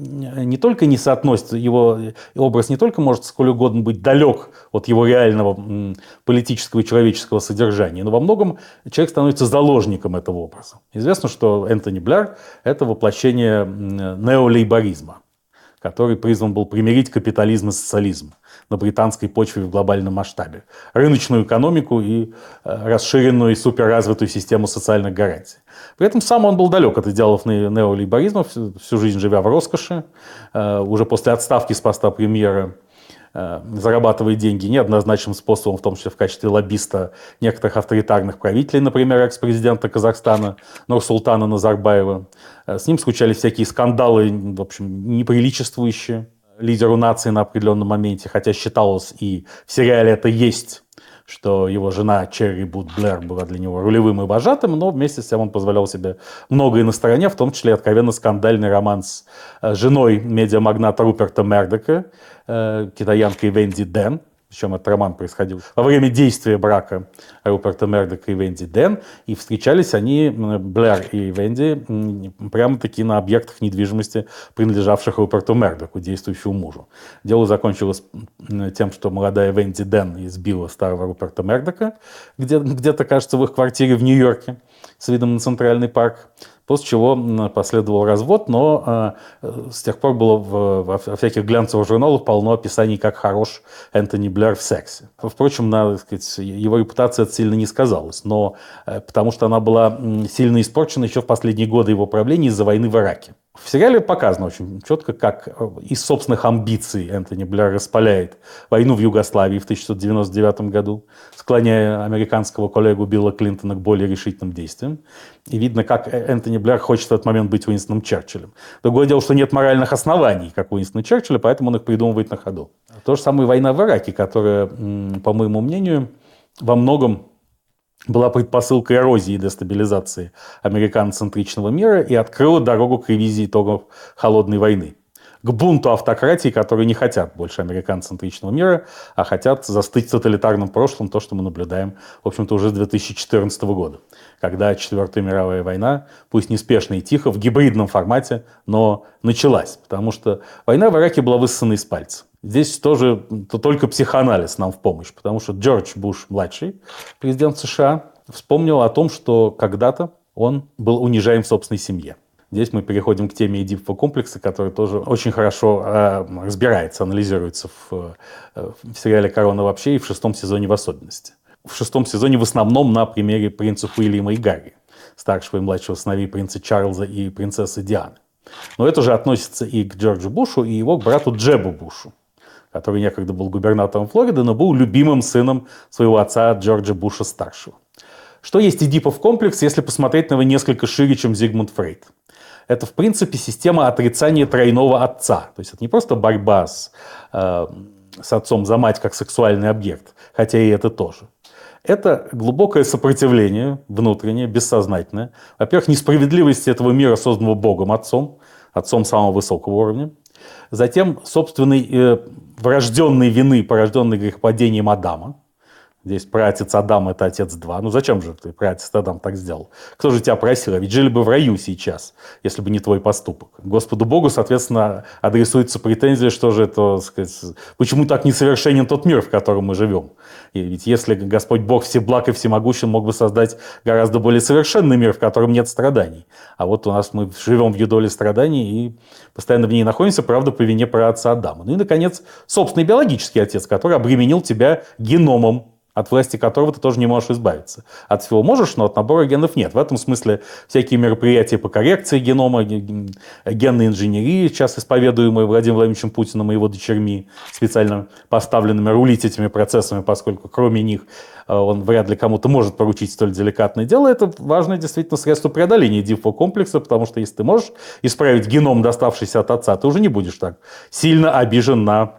не только не соотносится, его образ не только может сколь угодно быть далек от его реального политического и человеческого содержания, но во многом человек становится заложником этого образа. Известно, что Энтони Блэр – это воплощение неолейборизма, который призван был примирить капитализм и социализм на британской почве в глобальном масштабе, рыночную экономику и расширенную и суперразвитую систему социальных гарантий. При этом сам он был далек от идеалов неолиберализма, всю жизнь живя в роскоши, уже после отставки с поста премьера зарабатывает деньги неоднозначным способом, в том числе в качестве лоббиста некоторых авторитарных правителей, например, экс-президента Казахстана Нурсултана Назарбаева. С ним случались всякие скандалы, в общем, неприличествующие лидеру нации на определенном моменте, хотя считалось и в сериале это есть, что его жена Черри Бут Блэр была для него рулевым и вожатым, но вместе с тем он позволял себе многое на стороне, в том числе откровенно скандальный роман с женой медиамагната Руперта Мердока, китаянкой Венди Дэн. Причем этот роман происходил во время действия брака Руперта Мердока и Венди Дэн. И встречались они, Блэр и Венди, прямо-таки на объектах недвижимости, принадлежавших Руперту Мердоку, действующему мужу. Дело закончилось тем, что молодая Венди Дэн избила старого Руперта Мердока, где, где-то, кажется, в их квартире в Нью-Йорке с видом на Центральный парк. После чего последовал развод, но э, с тех пор было в, во всяких глянцевых журналах полно описаний, как хорош Энтони Блэр в сексе. Впрочем, на, так сказать, его репутация это сильно не сказалась, но э, потому что она была сильно испорчена еще в последние годы его правления из-за войны в Ираке. В сериале показано очень четко, как из собственных амбиций Энтони Блэр распаляет войну в Югославии в тысяча девятьсот девяносто девятом году, склоняя американского коллегу Билла Клинтона к более решительным действиям. И видно, как Энтони Блэр хочет в этот момент быть Уинстоном Черчиллем. Другое дело, что нет моральных оснований, как у Уинстона Черчилля, поэтому он их придумывает на ходу. То же самое война в Ираке, которая, по моему мнению, во многом была предпосылкой эрозии и дестабилизации американоцентричного мира и открыла дорогу к ревизии итогов холодной войны. К бунту автократий, которые не хотят больше американоцентричного мира, а хотят застыть в тоталитарном прошлом, то, что мы наблюдаем, в общем-то, уже с две тысячи четырнадцатого года, когда Четвертая мировая война, пусть неспешно и тихо, в гибридном формате, но началась, потому что война в Ираке была высосана из пальца. Здесь тоже то только психоанализ нам в помощь, потому что Джордж Буш-младший, президент США, вспомнил о том, что когда-то он был унижаем в собственной семье. Здесь мы переходим к теме Эдипова комплекса, который тоже очень хорошо э, разбирается, анализируется в, э, в сериале «Корона» вообще и в шестом сезоне в особенности. В шестом сезоне в основном на примере принцев Уильяма и Гарри, старшего и младшего сыновей принца Чарльза и принцессы Дианы. Но это же относится и к Джорджу Бушу, и его брату Джебу Бушу, который некогда был губернатором Флориды, но был любимым сыном своего отца Джорджа Буша-старшего. Что есть Эдипов комплекс, если посмотреть на его несколько шире, чем Зигмунд Фрейд? Это, в принципе, система отрицания тройного отца. То есть это не просто борьба с, э, с отцом за мать как сексуальный объект, хотя и это тоже. Это глубокое сопротивление внутреннее, бессознательное. Во-первых, несправедливости этого мира, созданного Богом отцом, отцом самого высокого уровня. Затем собственный э, врожденной вины, порожденной грехопадением Адама. Здесь праотец Адам – это отец два. Ну зачем же ты, праотец Адам, так сделал? Кто же тебя просил? А ведь жили бы в раю сейчас, если бы не твой поступок. Господу Богу, соответственно, адресуется претензия, что же это, сказать, почему так несовершенен тот мир, в котором мы живем. И ведь если Господь Бог всеблаг и всемогущий, он мог бы создать гораздо более совершенный мир, в котором нет страданий. А вот у нас мы живем в юдоле страданий и постоянно в ней находимся, правда, по вине праотца Адама. Ну и, наконец, собственный биологический отец, который обременил тебя геномом, от власти которого ты тоже не можешь избавиться. От всего можешь, но от набора генов нет. В этом смысле всякие мероприятия по коррекции генома, генной инженерии, сейчас исповедуемые Владимиром Владимировичем Путиным и его дочерьми, специально поставленными рулить этими процессами, поскольку кроме них он вряд ли кому-то может поручить столь деликатное дело, это важное действительно средство преодоления Эдипового комплекса, потому что если ты можешь исправить геном, доставшийся от отца, ты уже не будешь так сильно обижен на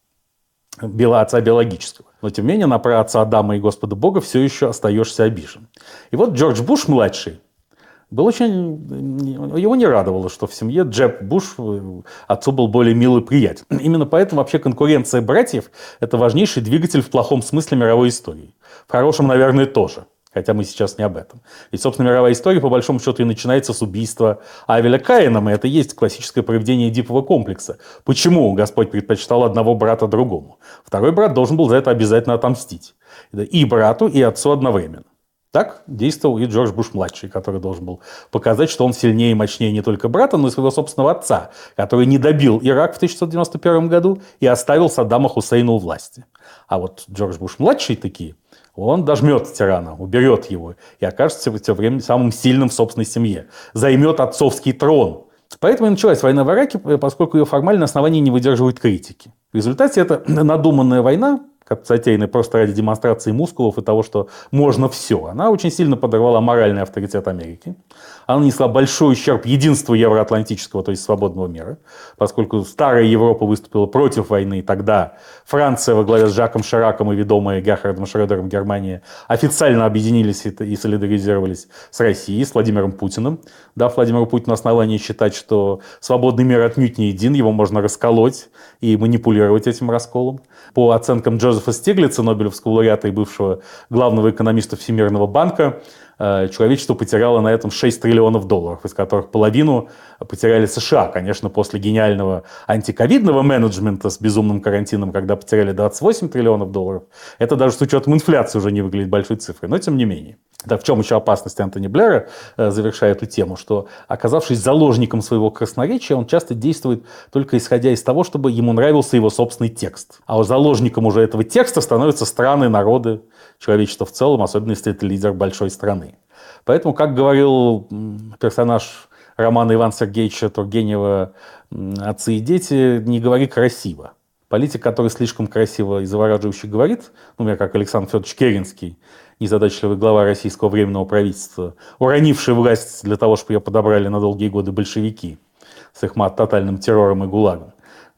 отца биологического. Но, тем не менее, на праотца Адама и Господа Бога все еще остаешься обижен. И вот Джордж Буш-младший был очень... Его не радовало, что в семье Джеб Буш отцу был более милый приятель. Именно поэтому вообще конкуренция братьев – это важнейший двигатель в плохом смысле мировой истории. В хорошем, наверное, тоже. Хотя мы сейчас не об этом. Ведь, собственно, мировая история, по большому счету, и начинается с убийства Авеля Каином, и это и есть классическое проявление Эдипового комплекса. Почему Господь предпочитал одного брата другому? Второй брат должен был за это обязательно отомстить. И брату, и отцу одновременно. Так действовал и Джордж Буш-младший, который должен был показать, что он сильнее и мощнее не только брата, но и своего собственного отца, который не добил Ирак в тысяча девятьсот девяносто первом году и оставил Саддама Хусейна у власти. А вот Джордж Буш-младший такие... Он дожмет тирана, уберет его и окажется в это время самым сильным в собственной семье. Займет отцовский трон. Поэтому и началась война в Ираке, поскольку ее формальное основание не выдерживает критики. В результате это надуманная война, затеянная просто ради демонстрации мускулов и того, что можно все. Она очень сильно подорвала моральный авторитет Америки. Она нанесла большой ущерб единству евроатлантического, то есть свободного мира, поскольку старая Европа выступила против войны. Тогда Франция во главе с Жаком Шираком и ведомая Герхардом Шредером Германия официально объединились и солидаризировались с Россией, с Владимиром Путиным, дав Владимиру Путину основание считать, что свободный мир отнюдь не един, его можно расколоть и манипулировать этим расколом. По оценкам Джозефа Стиглица, Нобелевского лауреата и бывшего главного экономиста Всемирного банка, человечество потеряло на этом шесть триллионов долларов, из которых половину потеряли США. Конечно, после гениального антиковидного менеджмента с безумным карантином, когда потеряли двадцать восемь триллионов долларов, это даже с учетом инфляции уже не выглядит большой цифрой, но тем не менее. Так в чем еще опасность Энтони Блэра, завершая эту тему, что, оказавшись заложником своего красноречия, он часто действует только исходя из того, чтобы ему нравился его собственный текст. А заложником уже этого текста становятся страны, народы, человечество в целом, особенно если это лидер большой страны. Поэтому, как говорил персонаж романа Ивана Сергеевича Тургенева «Отцы и дети», не говори красиво. Политик, который слишком красиво и завораживающе говорит, например, как Александр Федорович Керенский, незадачливый глава российского временного правительства, уронивший власть для того, чтобы ее подобрали на долгие годы большевики с их тотальным террором и гулагом,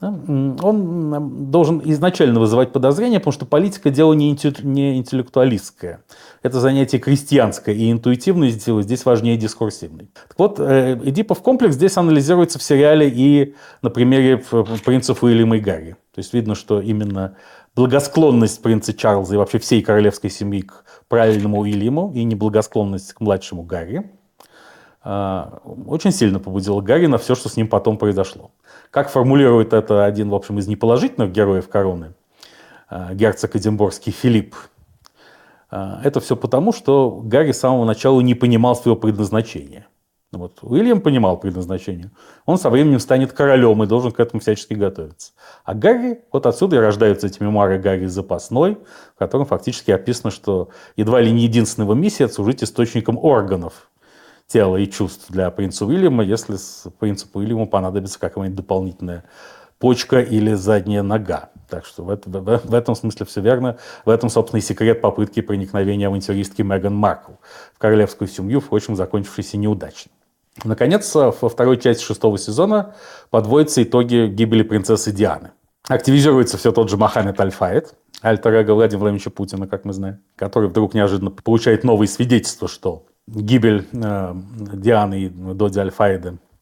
он должен изначально вызывать подозрения, потому что политика – дело не интеллектуалистское. Это занятие крестьянское, и интуитивность здесь важнее дискурсивной. Так вот, Эдипов комплекс здесь анализируется в сериале и на примере принцев Уильяма и Гарри. То есть видно, что именно благосклонность принца Чарльза и вообще всей королевской семьи к правильному Уильяму и неблагосклонность к младшему Гарри очень сильно побудила Гарри на все, что с ним потом произошло. Как формулирует это один, в общем, из неположительных героев короны, герцог эдинбургский Филипп, это все потому, что Гарри с самого начала не понимал своего предназначения. Вот. Уильям понимал предназначение. Он со временем станет королем и должен к этому всячески готовиться. А Гарри, вот отсюда и рождаются эти мемуары Гарри Запасной, в котором фактически описано, что едва ли не единственная его миссия – служить источником органов тела и чувств для принца Уильяма, если принцу Уильяму понадобится какая-нибудь дополнительная почка или задняя нога. Так что в, это, в, в этом смысле все верно. В этом, собственно, и секрет попытки проникновения авантюристки Меган Маркл в королевскую семью, впрочем, закончившейся неудачно. Наконец, во второй части шестого сезона подводятся итоги гибели принцессы Дианы. Активизируется все тот же Мохаммед Аль-Фаед, альтер-эго Владимира Владимировича Путина, как мы знаем, который вдруг неожиданно получает новые свидетельства, что гибель э, Дианы и Доди Аль-Фаеда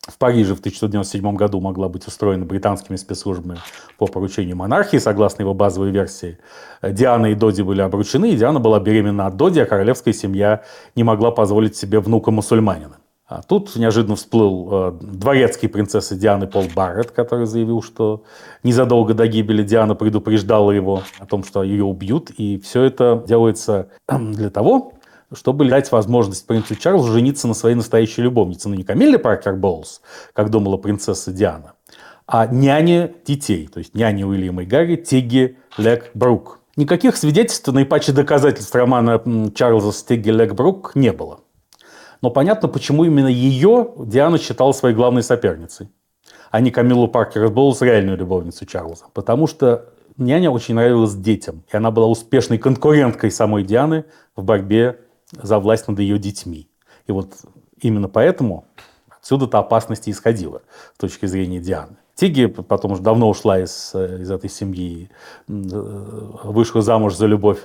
в Париже в тысяча девятьсот девяносто седьмом году могла быть устроена британскими спецслужбами по поручению монархии, согласно его базовой версии. Диана и Доди были обручены, и Диана была беременна от Доди, а королевская семья не могла позволить себе внука-мусульманина. А тут неожиданно всплыл э, дворецкий принцессы Дианы Пол Барретт, который заявил, что незадолго до гибели Диана предупреждала его о том, что ее убьют, и все это делается для того, чтобы дать возможность принцу Чарльзу жениться на своей настоящей любовнице, но не Камилле Паркер Боулс, как думала принцесса Диана, а няне детей, то есть няне Уильяма и Гарри Тигги Лек Брук. Никаких свидетельств, наипаче доказательств романа Чарльза с Тигги Лек Брук не было. Но понятно, почему именно ее Диана считала своей главной соперницей, а не Камиллу Паркер Боулс, реальную любовницу Чарльза. Потому что няня очень нравилась детям, и она была успешной конкуренткой самой Дианы в борьбе за власть над ее детьми. И вот именно поэтому отсюда-то опасность и исходила с точки зрения Дианы. Тигги потом уже давно ушла из, из этой семьи, вышла замуж за любовь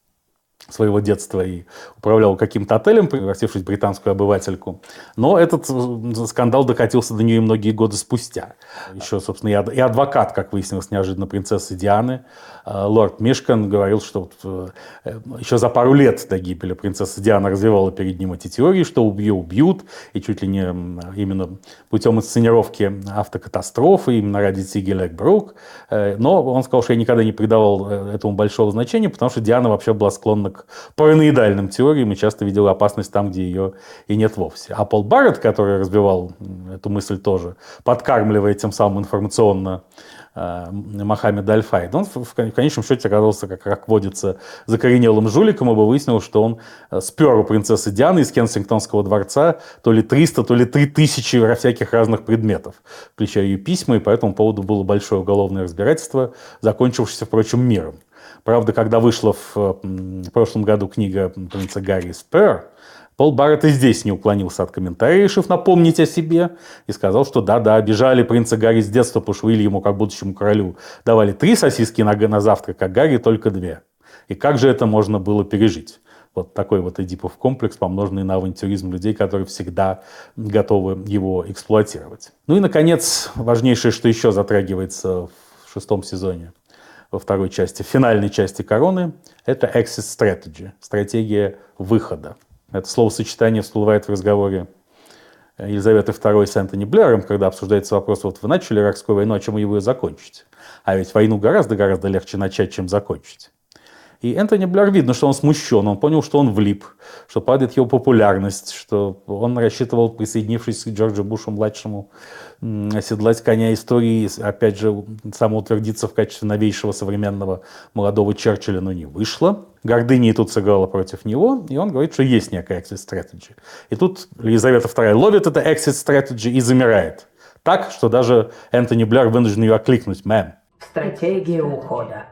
своего детства и управляла каким-то отелем, превратившись в британскую обывательку. Но этот скандал докатился до нее многие годы спустя. Еще, собственно, и адвокат, как выяснилось, неожиданно принцессы Дианы, лорд Мишкан, говорил, что вот еще за пару лет до гибели принцессы Дианы развивала перед ним эти теории, что ее убьют, и чуть ли не именно путем инсценировки автокатастрофы, именно ради Тигги Лек Брук. Но он сказал, что я никогда не придавал этому большого значения, потому что Диана вообще была склонна к параноидальным теориям и часто видела опасность там, где ее и нет вовсе. А Пол Барретт, который разбивал эту мысль тоже, подкармливая тем самым информационно э, Мохаммеда Аль-Файда, он в, в конечном счете оказался, как, как водится, закоренелым жуликом, ибо выяснилось, что он спер у принцессы Дианы из Кенсингтонского дворца то ли триста, то ли три тысячи всяких разных предметов, включая ее письма, и по этому поводу было большое уголовное разбирательство, закончившееся, впрочем, миром. Правда, когда вышла в, в прошлом году книга принца Гарри «Спер», Пол Барретт и здесь не уклонился от комментария, решив напомнить о себе, и сказал, что да-да, обижали принца Гарри с детства, потому что Уильяму, как будущему королю, давали три сосиски на, на завтрак, а Гарри только две. И как же это можно было пережить? Вот такой вот эдипов комплекс, помноженный на авантюризм людей, которые всегда готовы его эксплуатировать. Ну и, наконец, важнейшее, что еще затрагивается в шестом сезоне, во второй части, в финальной части «Короны», это exit strategy, стратегия выхода. Это словосочетание всплывает в разговоре Елизаветы второй с Энтони Блэром, когда обсуждается вопрос, вот вы начали Иракскую войну, а чем вы ее закончите? А ведь войну гораздо-гораздо легче начать, чем закончить. И Энтони Блэр, видно, что он смущен, он понял, что он влип, что падает его популярность, что он рассчитывал, присоединившись к Джорджу Бушу-младшему, оседлать коня истории, опять же, самоутвердиться в качестве новейшего современного молодого Черчилля, но не вышло. Гордыня и тут сыграла против него, и он говорит, что есть некая exit strategy. И тут Елизавета вторая ловит это exit strategy и замирает. Так, что даже Энтони Блэр вынужден ее окликнуть: «Мэм». Стратегия ухода.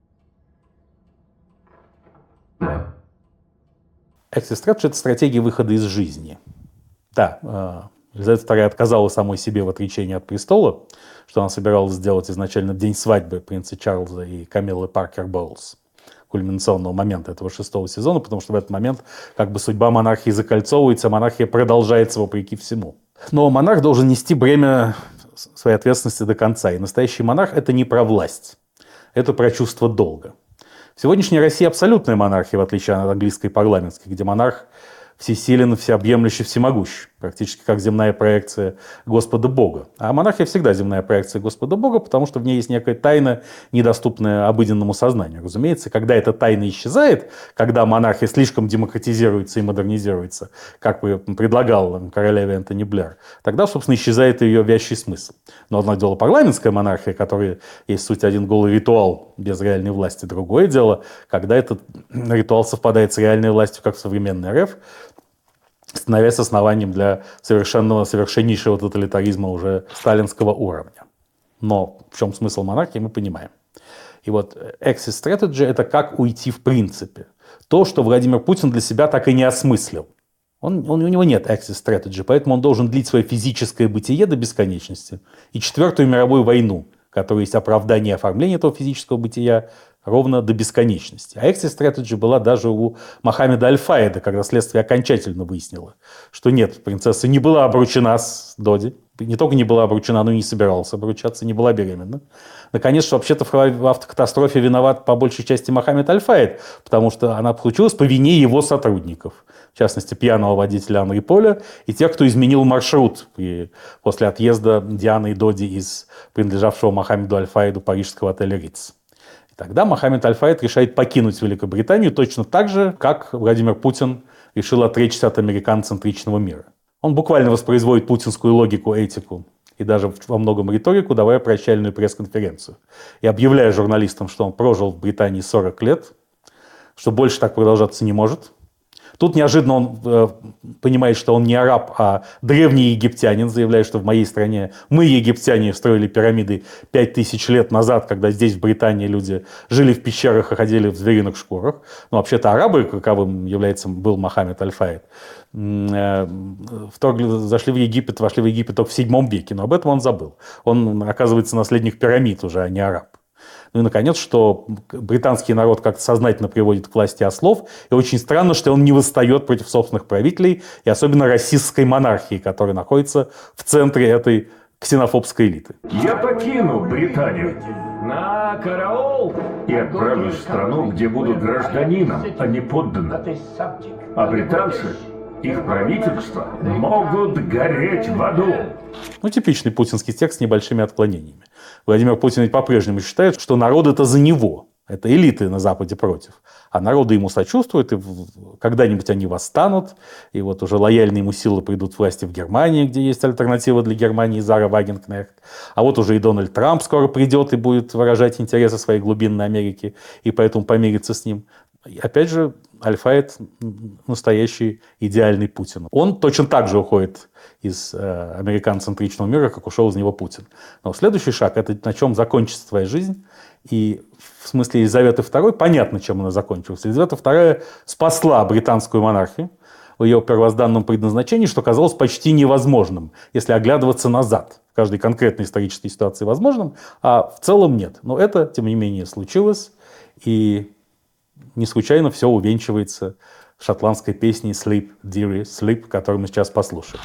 Мэм. Exit strategy – это стратегия выхода из жизни. Да, Елизавета вторая отказала самой себе в отречении от престола, что она собиралась сделать изначально в день свадьбы принца Чарльза и Камиллы Паркер Боулс, кульминационного момента этого шестого сезона, потому что в этот момент как бы судьба монархии закольцовывается, монархия продолжается вопреки всему. Но монарх должен нести бремя своей ответственности до конца. И настоящий монарх – это не про власть, это про чувство долга. В сегодняшней России абсолютная монархия, в отличие от английской парламентской, где монарх всесилен, всеобъемлющий, всемогущ, практически как земная проекция Господа Бога. А монархия всегда земная проекция Господа Бога, потому что в ней есть некая тайна, недоступная обыденному сознанию. Разумеется, когда эта тайна исчезает, когда монархия слишком демократизируется и модернизируется, как предлагал королеве Энтони Блэр, тогда, собственно, исчезает ее вящий смысл. Но одно дело парламентская монархия, которая есть суть один голый ритуал без реальной власти. Другое дело, когда этот ритуал совпадает с реальной властью, как в современной РФ, становясь основанием для совершенного, совершеннейшего тоталитаризма уже сталинского уровня. Но в чем смысл монархии, мы понимаем. И вот exit strategy – это как уйти в принципе. То, что Владимир Путин для себя так и не осмыслил. Он, он, у него нет exit strategy, поэтому он должен длить свое физическое бытие до бесконечности. И Четвертую мировую войну, которая есть оправдание оформления этого физического бытия, ровно до бесконечности. А exit strategy была даже у Мохаммеда Аль-Файда, когда следствие окончательно выяснило, что нет, принцесса не была обручена с Доди, не только не была обручена, но и не собиралась обручаться, не была беременна. Наконец, что вообще-то в автокатастрофе виноват по большей части Мохаммед Аль-Фаед, потому что она случилась по вине его сотрудников, в частности, пьяного водителя Анри Поля и тех, кто изменил маршрут при, после отъезда Дианы и Доди из принадлежавшего Мохаммеду Аль-Фаеду парижского отеля «Риц». И тогда Мохаммед Аль-Фаед решает покинуть Великобританию точно так же, как Владимир Путин решил отречься от американоцентричного мира. Он буквально воспроизводит путинскую логику, этику и даже во многом риторику, давая прощальную пресс-конференцию. И объявляя журналистам, что он прожил в Британии сорок лет, что больше так продолжаться не может. Тут неожиданно он э, понимает, что он не араб, а древний египтянин, заявляя, что в моей стране мы, египтяне, строили пирамиды пять тысяч лет назад, когда здесь, в Британии, люди жили в пещерах и ходили в звериных шкурах. Но вообще-то арабы, каковым является, был Мохаммед Аль-Фаед, э, вторгли, зашли в Египет, вошли в Египет только в седьмом веке, но об этом он забыл. Он, оказывается, наследник пирамид уже, а не араб. Ну и, наконец, что британский народ как-то сознательно приводит к власти ослов. И очень странно, что он не восстает против собственных правителей, и особенно российской монархии, которая находится в центре этой ксенофобской элиты. Я покину Британию на караул и отправлюсь в страну, где буду гражданином, а не подданным. А британцы, их правительства, могут гореть в аду. Ну, типичный путинский текст с небольшими отклонениями. Владимир Путин ведь по-прежнему считает, что народ – это за него. Это элиты на Западе против. А народы ему сочувствуют, и когда-нибудь они восстанут. И вот уже лояльные ему силы придут к власти в Германии, где есть альтернатива для Германии, Зара Вагенкнехт. А вот уже и Дональд Трамп скоро придет и будет выражать интересы своей глубинной Америки, и поэтому помириться с ним. И опять же, Аль-Фаед – настоящий идеальный Путин. Он точно так же уходит из э, американоцентричного мира, как ушел из него Путин. Но следующий шаг – это на чем закончится твоя жизнь. И в смысле Елизаветы второй понятно, чем она закончилась. Елизавета вторая спасла британскую монархию в ее первозданном предназначении, что казалось почти невозможным, если оглядываться назад. В каждой конкретной исторической ситуации возможным, а в целом нет. Но это, тем не менее, случилось. И не случайно все увенчивается шотландской песней «Sleep, Dearie, Sleep», которую мы сейчас послушаем.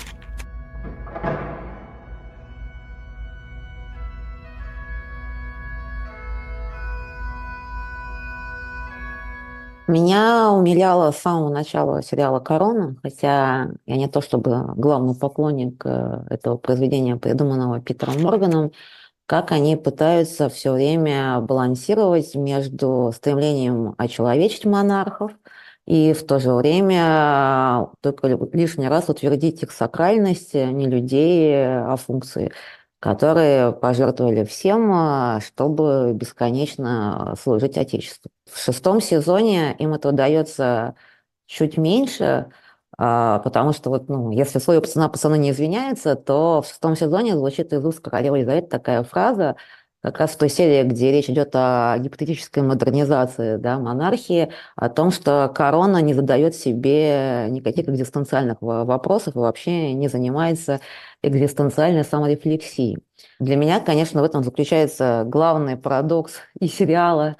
Меня умиляло с самого начала сериала «Корона», хотя я не то чтобы главный поклонник э, этого произведения, придуманного Питером Морганом, как они пытаются все время балансировать между стремлением очеловечить монархов и в то же время только лишний раз утвердить их сакральность, не людей, а функции, которые пожертвовали всем, чтобы бесконечно служить Отечеству. В шестом сезоне им это удается чуть меньше, потому что вот, ну, если слово пацана пацаны не извиняется, то в шестом сезоне звучит из уст королевы Елизаветы такая фраза, как раз в той серии, где речь идет о гипотетической модернизации, да, монархии, о том, что корона не задает себе никаких экзистенциальных вопросов и вообще не занимается экзистенциальной саморефлексией. Для меня, конечно, в этом заключается главный парадокс и сериала,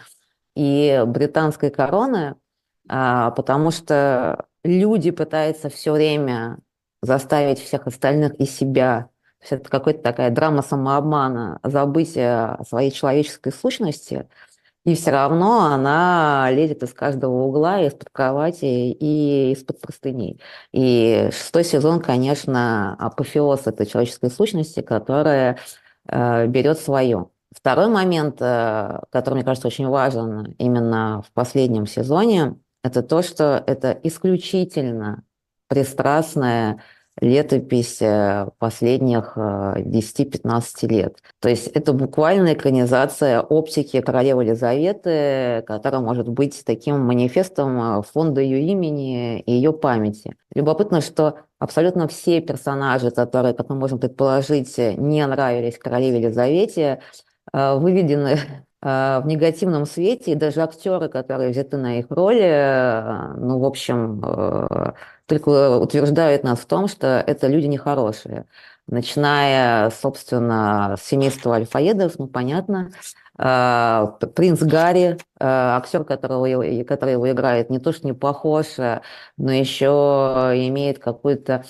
и британской короны, потому что люди пытаются все время заставить всех остальных и себя, то есть это какая-то такая драма самообмана, забыть о своей человеческой сущности, и все равно она лезет из каждого угла, из-под кровати и из-под простыней. И шестой сезон, конечно, апофеоз этой человеческой сущности, которая э, берет свое. Второй момент, э, который, мне кажется, очень важен именно в последнем сезоне, это то, что это исключительно пристрастная летопись последних десяти-пятнадцати лет. То есть это буквально экранизация оптики королевы Елизаветы, которая может быть таким манифестом фонда ее имени и ее памяти. Любопытно, что абсолютно все персонажи, которые, как мы можем предположить, не нравились королеве Елизавете, выведены в негативном свете, и даже актеры, которые взяты на их роли, ну, в общем, только утверждают нас в том, что это люди нехорошие. Начиная, собственно, с семейства Аль-Фаедов, ну, понятно, Э, Принц Гарри, э, актер, которого, его- который его играет, не то что не похож, э, но еще имеет какую-то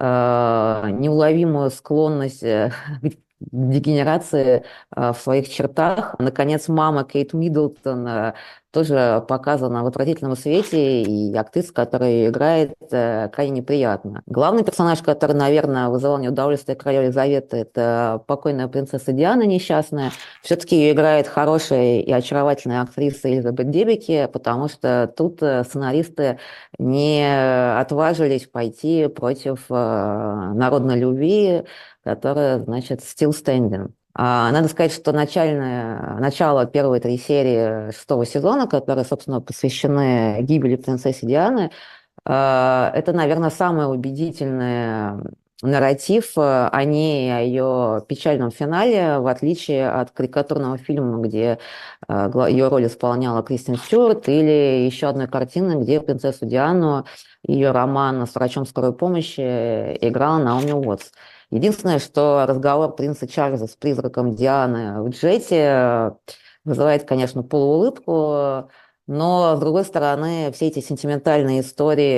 э, неуловимую склонность э, к дегенерации э, в своих чертах. Наконец, мама Кейт Миддлтон э, тоже показана в отвратительном свете, и актриса, которая ее играет, э, крайне неприятна. Главный персонаж, который, наверное, вызывал неудовольствие королевы Елизаветы, это покойная принцесса Диана несчастная. Все-таки ее играет хорошая и очаровательная актриса Элизабет Дебики, потому что тут э, сценаристы не отважились пойти против э, народной любви, которая, значит, still standing. А, Надо сказать, что начальное, начало первой три серии шестого сезона, которые, собственно, посвящены гибели принцессы Дианы, а, это, наверное, самый убедительный нарратив э, о ней, о ее печальном финале, в отличие от карикатурного фильма, где э, гла- ее роль исполняла Кристен Стюарт, или еще одной картины, где принцессу Диану, ее роман с врачом скорой помощи э, играла Наоми Уотс. Единственное, что разговор принца Чарльза с призраком Дианы в джете э, вызывает, конечно, полуулыбку, но, с другой стороны, все эти сентиментальные истории,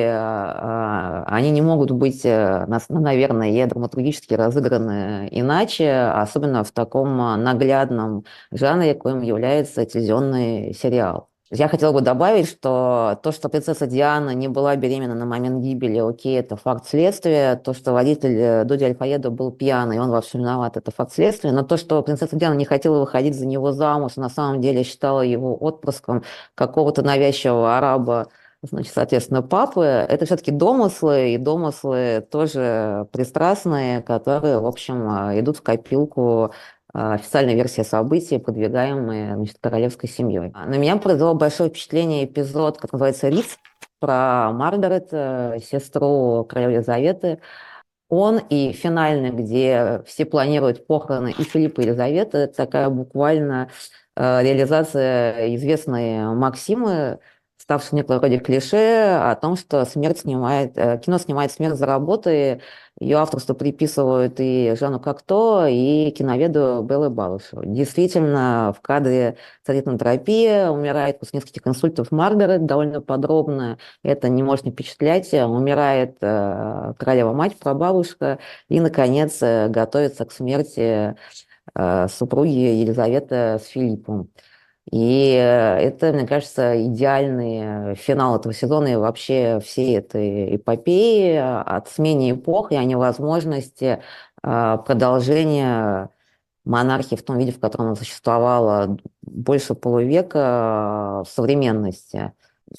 а, а, они не могут быть, э, нас- ну, наверное, и драматургически разыграны иначе, особенно в таком а, наглядном жанре, коим является телевизионный сериал. Я хотела бы добавить, что то, что принцесса Диана не была беременна на момент гибели, окей, это факт следствия. То, что водитель э, Доди Альфаедо был пьяный, он во всем виноват, это факт следствия. Но то, что принцесса Диана не хотела выходить за него замуж, на самом деле считала его отпрыском какого-то навязчивого араба, значит, соответственно, папы, это все-таки домыслы, и домыслы тоже пристрастные, которые, в общем, а, идут в копилку а, официальной версии событий, продвигаемые, значит, королевской семьей. А На меня произвел большое впечатление эпизод, который называется «Риц», про Маргарет, э, сестру королевы Елизаветы. Он и финальный, где все планируют похороны и Филиппа, и Елизаветы, это такая буквально э, реализация известной Максимы, ставшей в некотором роде клише, о том, что смерть снимает, э, кино снимает смерть за работой. Ее авторство приписывают и Жану Кокто, и киноведу Белле Балушевой. Действительно, в кадре царит энтропия, умирает после нескольких инсультов Маргарет, довольно подробно. Это не может не впечатлять. Умирает э, королева-мать, прабабушка, и, наконец, э, готовится к смерти э, супруги Елизаветы с Филиппом. И э, это, мне кажется, идеальный э, финал этого сезона и вообще всей этой эпопеи э, от смены эпох и о невозможности э, продолжения монархии в том виде, в котором она существовала больше полувека э, в современности.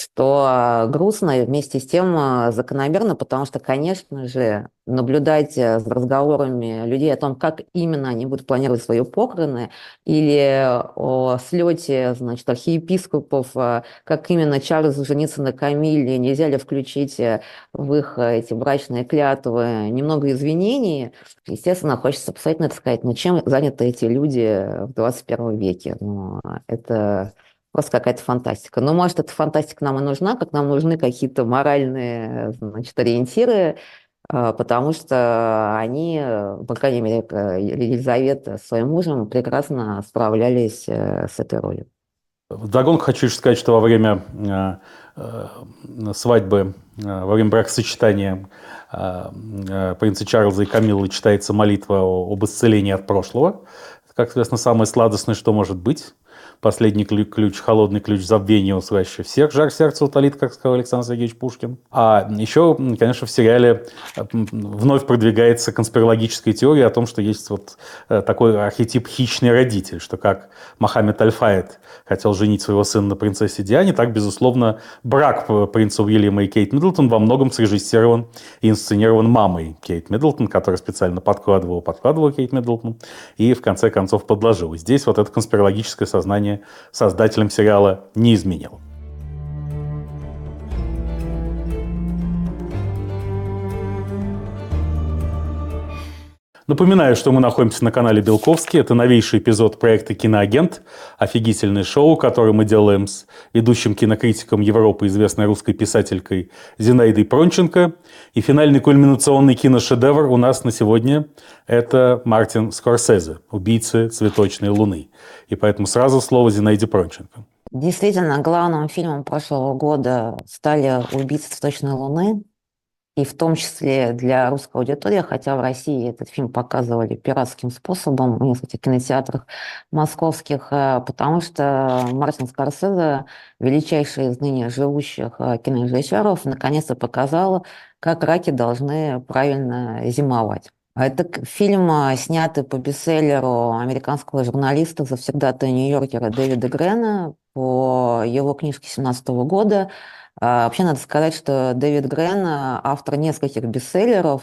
Что э, грустно и вместе с тем э, закономерно, потому что, конечно же, наблюдать э, за разговорами людей о том, как именно они будут планировать свои похороны, или о слете, значит, архиепископов, э, как именно Чарльзу жениться на Камилле, нельзя ли включить э, в их э, эти брачные клятвы немного извинений. Естественно, хочется посмотреть на это, сказать, ну чем заняты эти люди в двадцать первом веке? Ну, это просто какая-то фантастика. Но, может, эта фантастика нам и нужна, как нам нужны какие-то моральные, значит, ориентиры, э, потому что они, э, по крайней мере, э, Елизавета со своим мужем прекрасно справлялись э, с этой ролью. Вдогонку хочу еще сказать, что во время э, э, свадьбы, э, во время бракосочетания э, э, принца Чарльза и Камиллы читается молитва о- об исцелении от прошлого. Это, как известно, самое сладостное, что может быть. Последний клю- ключ, холодный ключ забвения, усваивающий всех. Жар сердца утолит, как сказал Александр Сергеевич Пушкин. А еще, м, конечно, в сериале э, м, вновь продвигается конспирологическая теория о том, что есть вот э, такой архетип хищный родитель, что как Мохаммед Аль-Фаед хотел женить своего сына на принцессе Диане, так, безусловно, брак п- принца Уильяма и Кейт Миддлтон во многом срежиссирован и инсценирован мамой Кейт Миддлтон, которая специально подкладывала, подкладывала Кейт Миддлтон и, в конце концов, подложила. Здесь вот это конспирологическое сознание создателям сериала не изменило. Напоминаю, что мы находимся на канале Белковский. Это новейший эпизод проекта «Киноагент». Офигительное шоу, которое мы делаем с ведущим кинокритиком Европы, известной русской писателькой Зинаидой Пронченко. И финальный кульминационный киношедевр у нас на сегодня – это Мартин Скорсезе, «Убийцы цветочной луны». И поэтому сразу слово Зинаиде Пронченко. Действительно, главным фильмом прошлого года стали «Убийцы цветочной луны». И в том числе для русской аудитории, хотя в России этот фильм показывали пиратским способом в нескольких кинотеатрах московских, потому что Мартин Скорсезе, величайший из ныне живущих кинорежиссеров, наконец-то показал, как раки должны правильно зимовать. Это фильм, снятый по бестселлеру американского журналиста, завсегдатая Нью-Йоркера Дэвида Грена, по его книжке семнадцатого года. Вообще надо сказать, что Дэвид Грен, автор нескольких бестселлеров,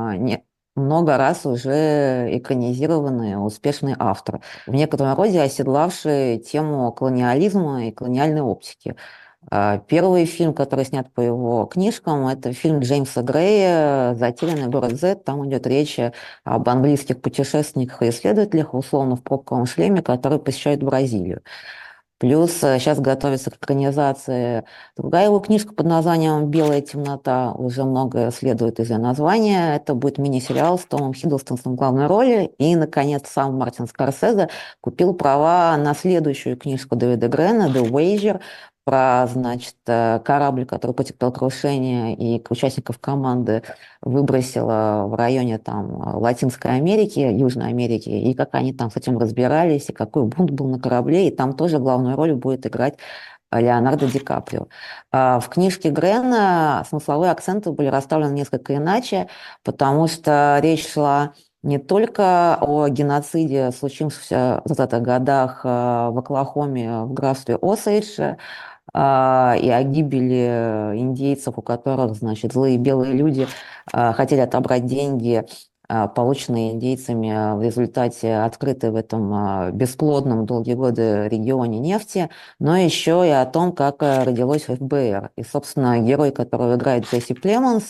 много раз уже экранизированный, успешный автор, в некотором роде оседлавший тему колониализма и колониальной оптики. Первый фильм, который снят по его книжкам, это фильм Джеймса Грея «Затерянный город Зет». Там идет речь об английских путешественниках и исследователях, условно в пробковом шлеме, которые посещают Бразилию. Плюс сейчас готовится к экранизации другая его книжка под названием «Белая темнота». Уже многое следует из ее названия. Это будет мини-сериал с Томом Хиддлстоном в главной роли. И, наконец, сам Мартин Скорсезе купил права на следующую книжку Дэвида Грена «The Wager», про, значит, корабль, который потерпел крушение, и участников команды выбросило в районе там Латинской Америки, Южной Америки, и как они там с этим разбирались, и какой бунт был на корабле, и там тоже главную роль будет играть Леонардо Ди Каприо. В книжке Грена смысловые акценты были расставлены несколько иначе, потому что речь шла не только о геноциде, случившемся в двадцатых годах в Оклахоме, в графстве Осейдж, и о гибели индейцев, у которых, значит, злые белые люди хотели отобрать деньги, полученные индейцами в результате открытой в этом бесплодном долгие годы регионе нефти, но еще и о том, как родилось эф бэ эр. И, собственно, герой, которого играет Джесси Племонс,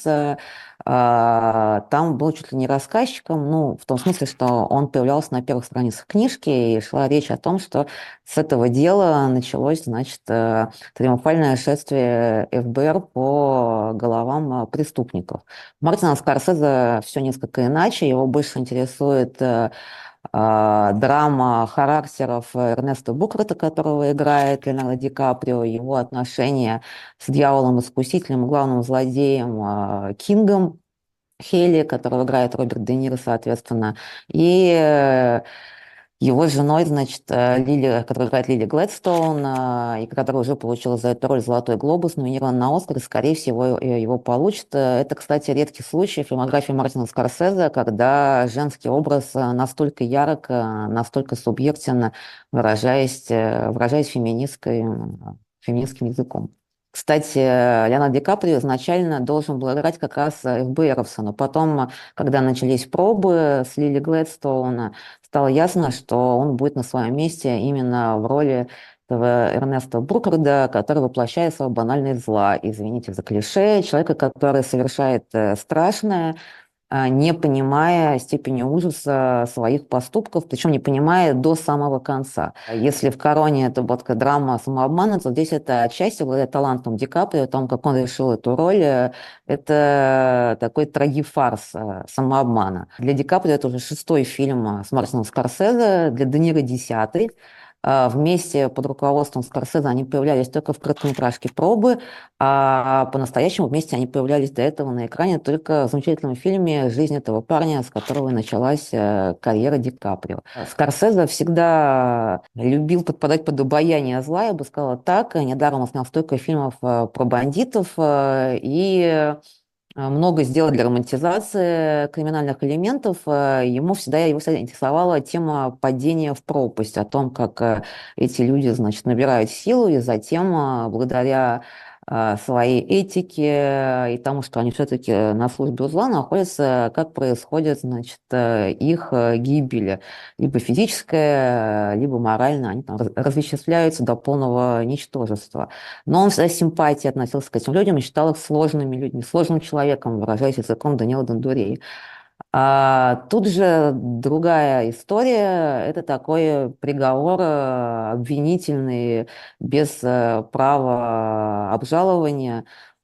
там был чуть ли не рассказчиком, ну, в том смысле, что он появлялся на первых страницах книжки, и шла речь о том, что с этого дела началось, значит, триумфальное шествие эф бэ эр по головам преступников. Мартина Скорсезе все несколько иначе, его больше интересует драма характеров Эрнеста Букерта, которого играет Леонардо Ди Каприо, его отношения с дьяволом-искусителем, главным злодеем Кингом Хейли, которого играет Роберт Де Ниро, соответственно, и его женой, значит, Лили, которая играет Лили Глэдстоун, и которая уже получила за эту роль «Золотой глобус», номинирована на «Оскар», и, скорее всего, его получит. Это, кстати, редкий случай в фильмографии Мартина Скорсезе, когда женский образ настолько ярок, настолько субъектен, выражаясь, выражаясь феминистской, феминистским языком. Кстати, Леонардо Ди Каприо изначально должен был играть как раз эф бэ эровца, но потом, когда начались пробы с Лили Глэдстоун, стало ясно, что он будет на своем месте именно в роли этого Эрнеста Букерда, который воплощает свою банальность зла. Извините за клише. Человека, который совершает страшное, не понимая степени ужаса своих поступков, причем не понимая до самого конца. Если в «Короне» это была такая драма самообмана, то здесь это отчасти благодаря талантам Ди Каприо, о том, как он решил эту роль, это такой трагифарс самообмана. Для Ди Каприо это уже шестой фильм с Мартином Скорсезе, для Де Ниро десятый. Вместе под руководством Скорсезе они появлялись только в короткометражке «Пробы», а по-настоящему вместе они появлялись до этого на экране только в замечательном фильме «Жизнь этого парня», с которого и началась карьера Ди Каприо. Скорсезе всегда любил подпадать под обаяние зла, я бы сказала так. Недаром он снял столько фильмов про бандитов и много сделал для романтизации криминальных элементов. Ему всегда, его всегда интересовала тема падения в пропасть, о том, как эти люди, значит, набирают силу и затем, благодаря своей этике и тому, что они все-таки на службе у зла находятся, как происходит, значит, их гибель, либо физическая, либо морально, они там развеществляются до полного ничтожества. Но он всегда с симпатией относился к этим людям и считал их сложными людьми, сложным человеком, выражаясь языком Даниэла Дондурей. А тут же другая история. Это такой приговор э, обвинительный, без э, права обжалования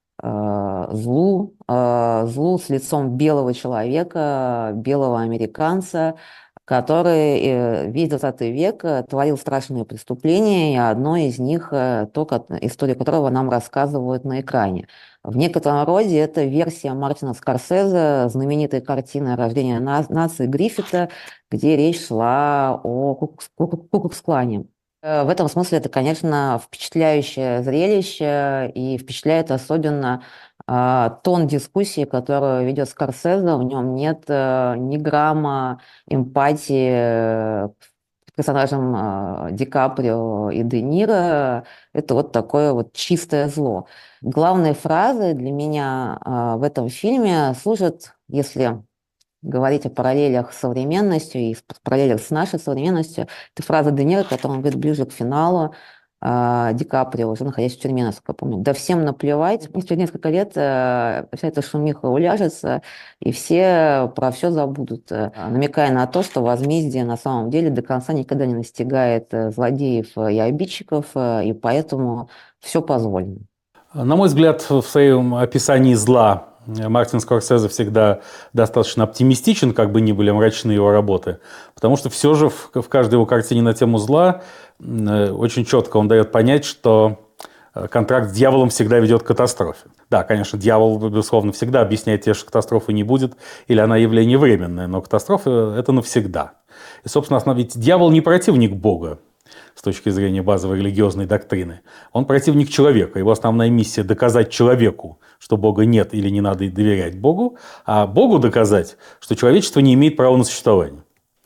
э, злу, э, злу с лицом белого человека, белого американца, который э, весь двадцатый век э, творил страшные преступления, и одно из них, э, то, ко- историю которого нам рассказывают на экране. В некотором роде это версия Мартина Скорсезе, знаменитой картины «Рождение на- нации» Гриффита, где речь шла о Кукукс- Куку- Кукукс-клане. Э, В этом смысле это, конечно, впечатляющее зрелище, и впечатляет особенно а, тон дискуссии, которую ведет Скорсезе. В нем нет э, ни грамма эмпатии э, к персонажам э, Ди Каприо и Де Ниро. Это вот такое вот чистое зло. Главной фразой для меня э, в этом фильме служит, если говорить о параллелях с современностью и с параллелях с нашей современностью, это фраза Де Ниро, которую он говорит ближе к финалу, а, Ди Каприо, уже находясь в тюрьме, насколько я помню. Да всем наплевать, и через несколько лет э, вся эта шумиха уляжется, и все про все забудут, э, намекая на то, что возмездие на самом деле до конца никогда не настигает э, злодеев и обидчиков, э, и поэтому все позволено. На мой взгляд, в своем описании зла Мартин Скорсезе всегда достаточно оптимистичен, как бы ни были мрачны его работы, потому что все же в, в каждой его картине на тему зла э, очень четко он дает понять, что контракт с дьяволом всегда ведет к катастрофе. Да, конечно, дьявол, безусловно, всегда объясняет тебе, что катастрофы не будет, или она явление временное, но катастрофа – это навсегда. И, собственно, ведь дьявол не противник Бога с точки зрения базовой религиозной доктрины. Он противник человека. Его основная миссия – доказать человеку, что Бога нет или не надо доверять Богу, а Богу доказать, что человечество не имеет права на существование.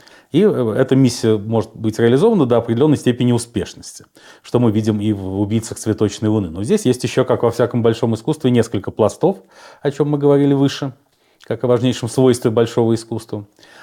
И эта миссия может быть реализована до определенной степени успешности, что мы видим и в «Убийцах цветочной луны». Но здесь есть еще, как во всяком большом искусстве, несколько пластов, о чем мы говорили выше, как о важнейшем свойстве большого искусства.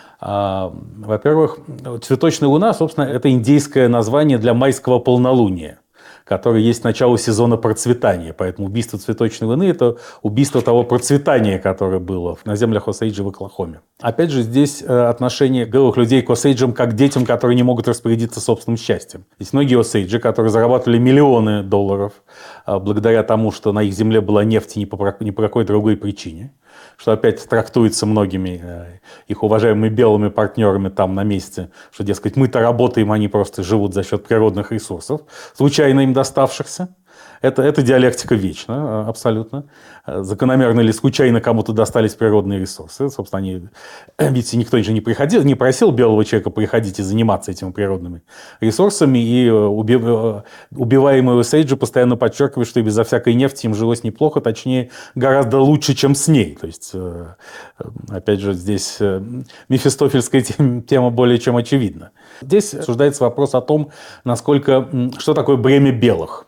Во-первых, «Цветочная луна», собственно, это индейское название для майского полнолуния, которое есть начало сезона процветания. Поэтому убийство цветочной луны – это убийство того процветания, которое было на землях Осейджа в Оклахоме. Опять же, здесь отношение белых людей к Осейджам как к детям, которые не могут распорядиться собственным счастьем. Есть многие Осейджи, которые зарабатывали миллионы долларов благодаря тому, что на их земле была нефть и ни по, ни по какой другой причине, что опять трактуется многими их уважаемыми белыми партнерами там на месте, что, дескать, мы-то работаем, они просто живут за счет природных ресурсов, случайно им доставшихся. Это, это диалектика вечна, абсолютно. Закономерно или случайно кому-то достались природные ресурсы. Собственно, они, видите, никто же не приходил, не просил белого человека приходить и заниматься этими природными ресурсами. И уби, убиваемые Осейджи постоянно подчеркивают, что и безо всякой нефти им жилось неплохо, точнее, гораздо лучше, чем с ней. То есть, опять же, здесь мефистофельская тема более чем очевидна. Здесь обсуждается вопрос о том, насколько, что такое бремя белых.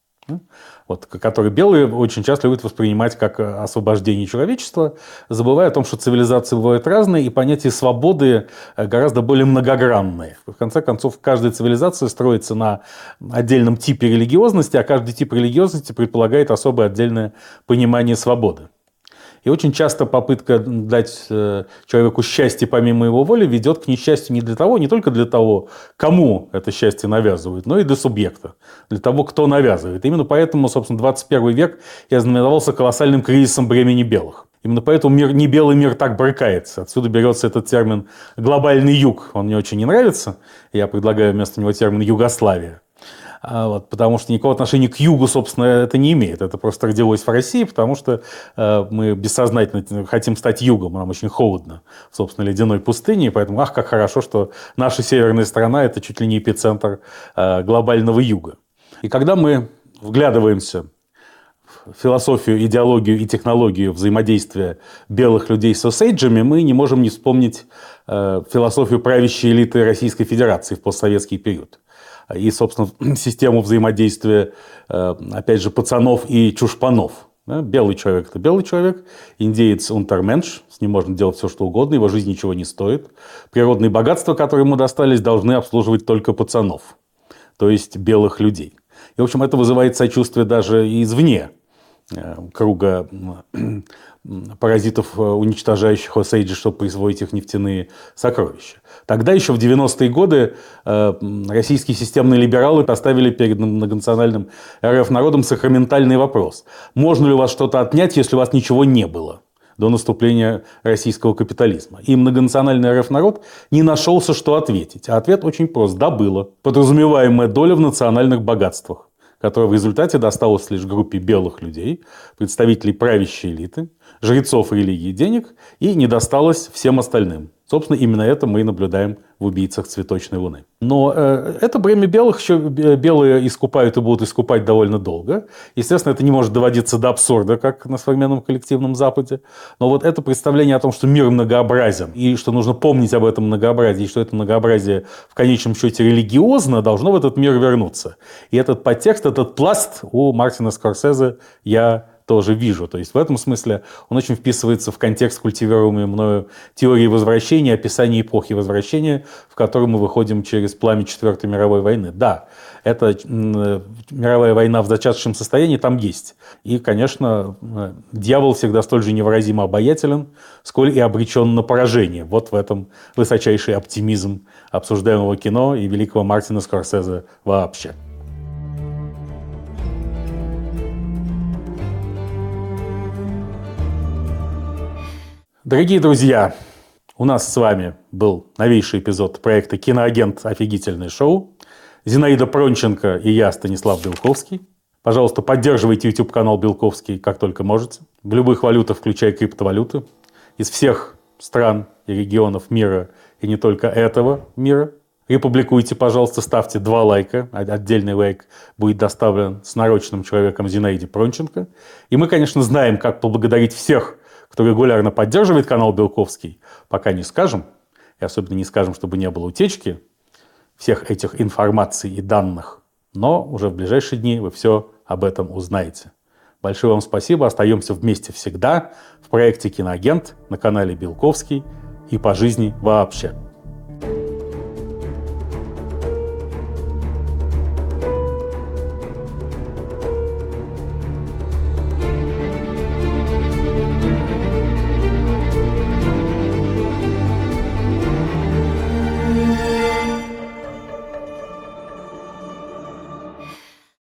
Вот, которые белые очень часто любят воспринимать как освобождение человечества, забывая о том, что цивилизации бывают разные, и понятие свободы гораздо более многогранное. В конце концов, каждая цивилизация строится на отдельном типе религиозности, а каждый тип религиозности предполагает особое отдельное понимание свободы. И очень часто попытка дать человеку счастье помимо его воли ведет к несчастью не для того, не только для того, кому это счастье навязывают, но и для субъекта, для того, кто навязывает. Именно поэтому, собственно, двадцать первый век и ознаменовался колоссальным кризисом бремени белых. Именно поэтому мир, не белый мир так брыкается. Отсюда берется этот термин «глобальный юг». Он мне очень не нравится. Я предлагаю вместо него термин «Югославия». Вот, потому что никакого отношения к югу, собственно, это не имеет. Это просто родилось в России, потому что э, мы бессознательно хотим стать югом. Нам очень холодно в, собственно, ледяной пустыне. Поэтому, ах, как хорошо, что наша северная страна – это чуть ли не эпицентр э, глобального юга. И когда мы вглядываемся в философию, идеологию и технологию взаимодействия белых людей с осейджами, мы не можем не вспомнить э, философию правящей элиты Российской Федерации в постсоветский период. И, собственно, систему взаимодействия, опять же, пацанов и чушпанов. Белый человек – это белый человек, индеец – унтерменш, с ним можно делать все, что угодно, его жизнь ничего не стоит. Природные богатства, которые ему достались, должны обслуживать только пацанов, то есть белых людей. И, в общем, это вызывает сочувствие даже извне. круга паразитов, уничтожающих Осейджи, чтобы присвоить их нефтяные сокровища. Тогда еще в девяностые годы российские системные либералы поставили перед многонациональным эр эф народом сакраментальный вопрос. Можно ли у вас что-то отнять, если у вас ничего не было до наступления российского капитализма? И многонациональный эр эф народ не нашелся, что ответить. А ответ очень прост. Да, было. Подразумеваемая доля в национальных богатствах, которая в результате досталась лишь группе белых людей, представителей правящей элиты, жрецов религии денег, и не досталось всем остальным. Собственно, именно это мы и наблюдаем в «Убийцах цветочной луны». Но э, это бремя белых еще белые искупают и будут искупать довольно долго. Естественно, это не может доводиться до абсурда, как на современном коллективном Западе. Но вот это представление о том, что мир многообразен, и что нужно помнить об этом многообразии, и что это многообразие в конечном счете религиозно, должно в этот мир вернуться. И этот подтекст, этот пласт у Мартина Скорсезе я тоже вижу. То есть в этом смысле он очень вписывается в контекст культивируемой мною теории возвращения, описания эпохи возвращения, в котором мы выходим через пламя Четвертой мировой войны. Да, эта мировая война в зачаточном состоянии там есть. И, конечно, дьявол всегда столь же невыразимо обаятелен, сколь и обречен на поражение. Вот в этом высочайший оптимизм обсуждаемого кино и великого Мартина Скорсезе вообще. Дорогие друзья, у нас с вами был новейший эпизод проекта «Киноагент. Офигительное шоу». Зинаида Пронченко и я, Станислав Белковский. Пожалуйста, поддерживайте YouTube-канал Белковский как только можете. В любых валютах, включая криптовалюты. Из всех стран и регионов мира, и не только этого мира. Републикуйте, пожалуйста, ставьте два лайка. Отдельный лайк будет доставлен с нарочным человеком Зинаиде Пронченко. И мы, конечно, знаем, как поблагодарить всех, кто регулярно поддерживает канал Белковский, пока не скажем, и особенно не скажем, чтобы не было утечки всех этих информаций и данных, но уже в ближайшие дни вы все об этом узнаете. Большое вам спасибо, остаемся вместе всегда в проекте «Киноагент» на канале Белковский и по жизни вообще.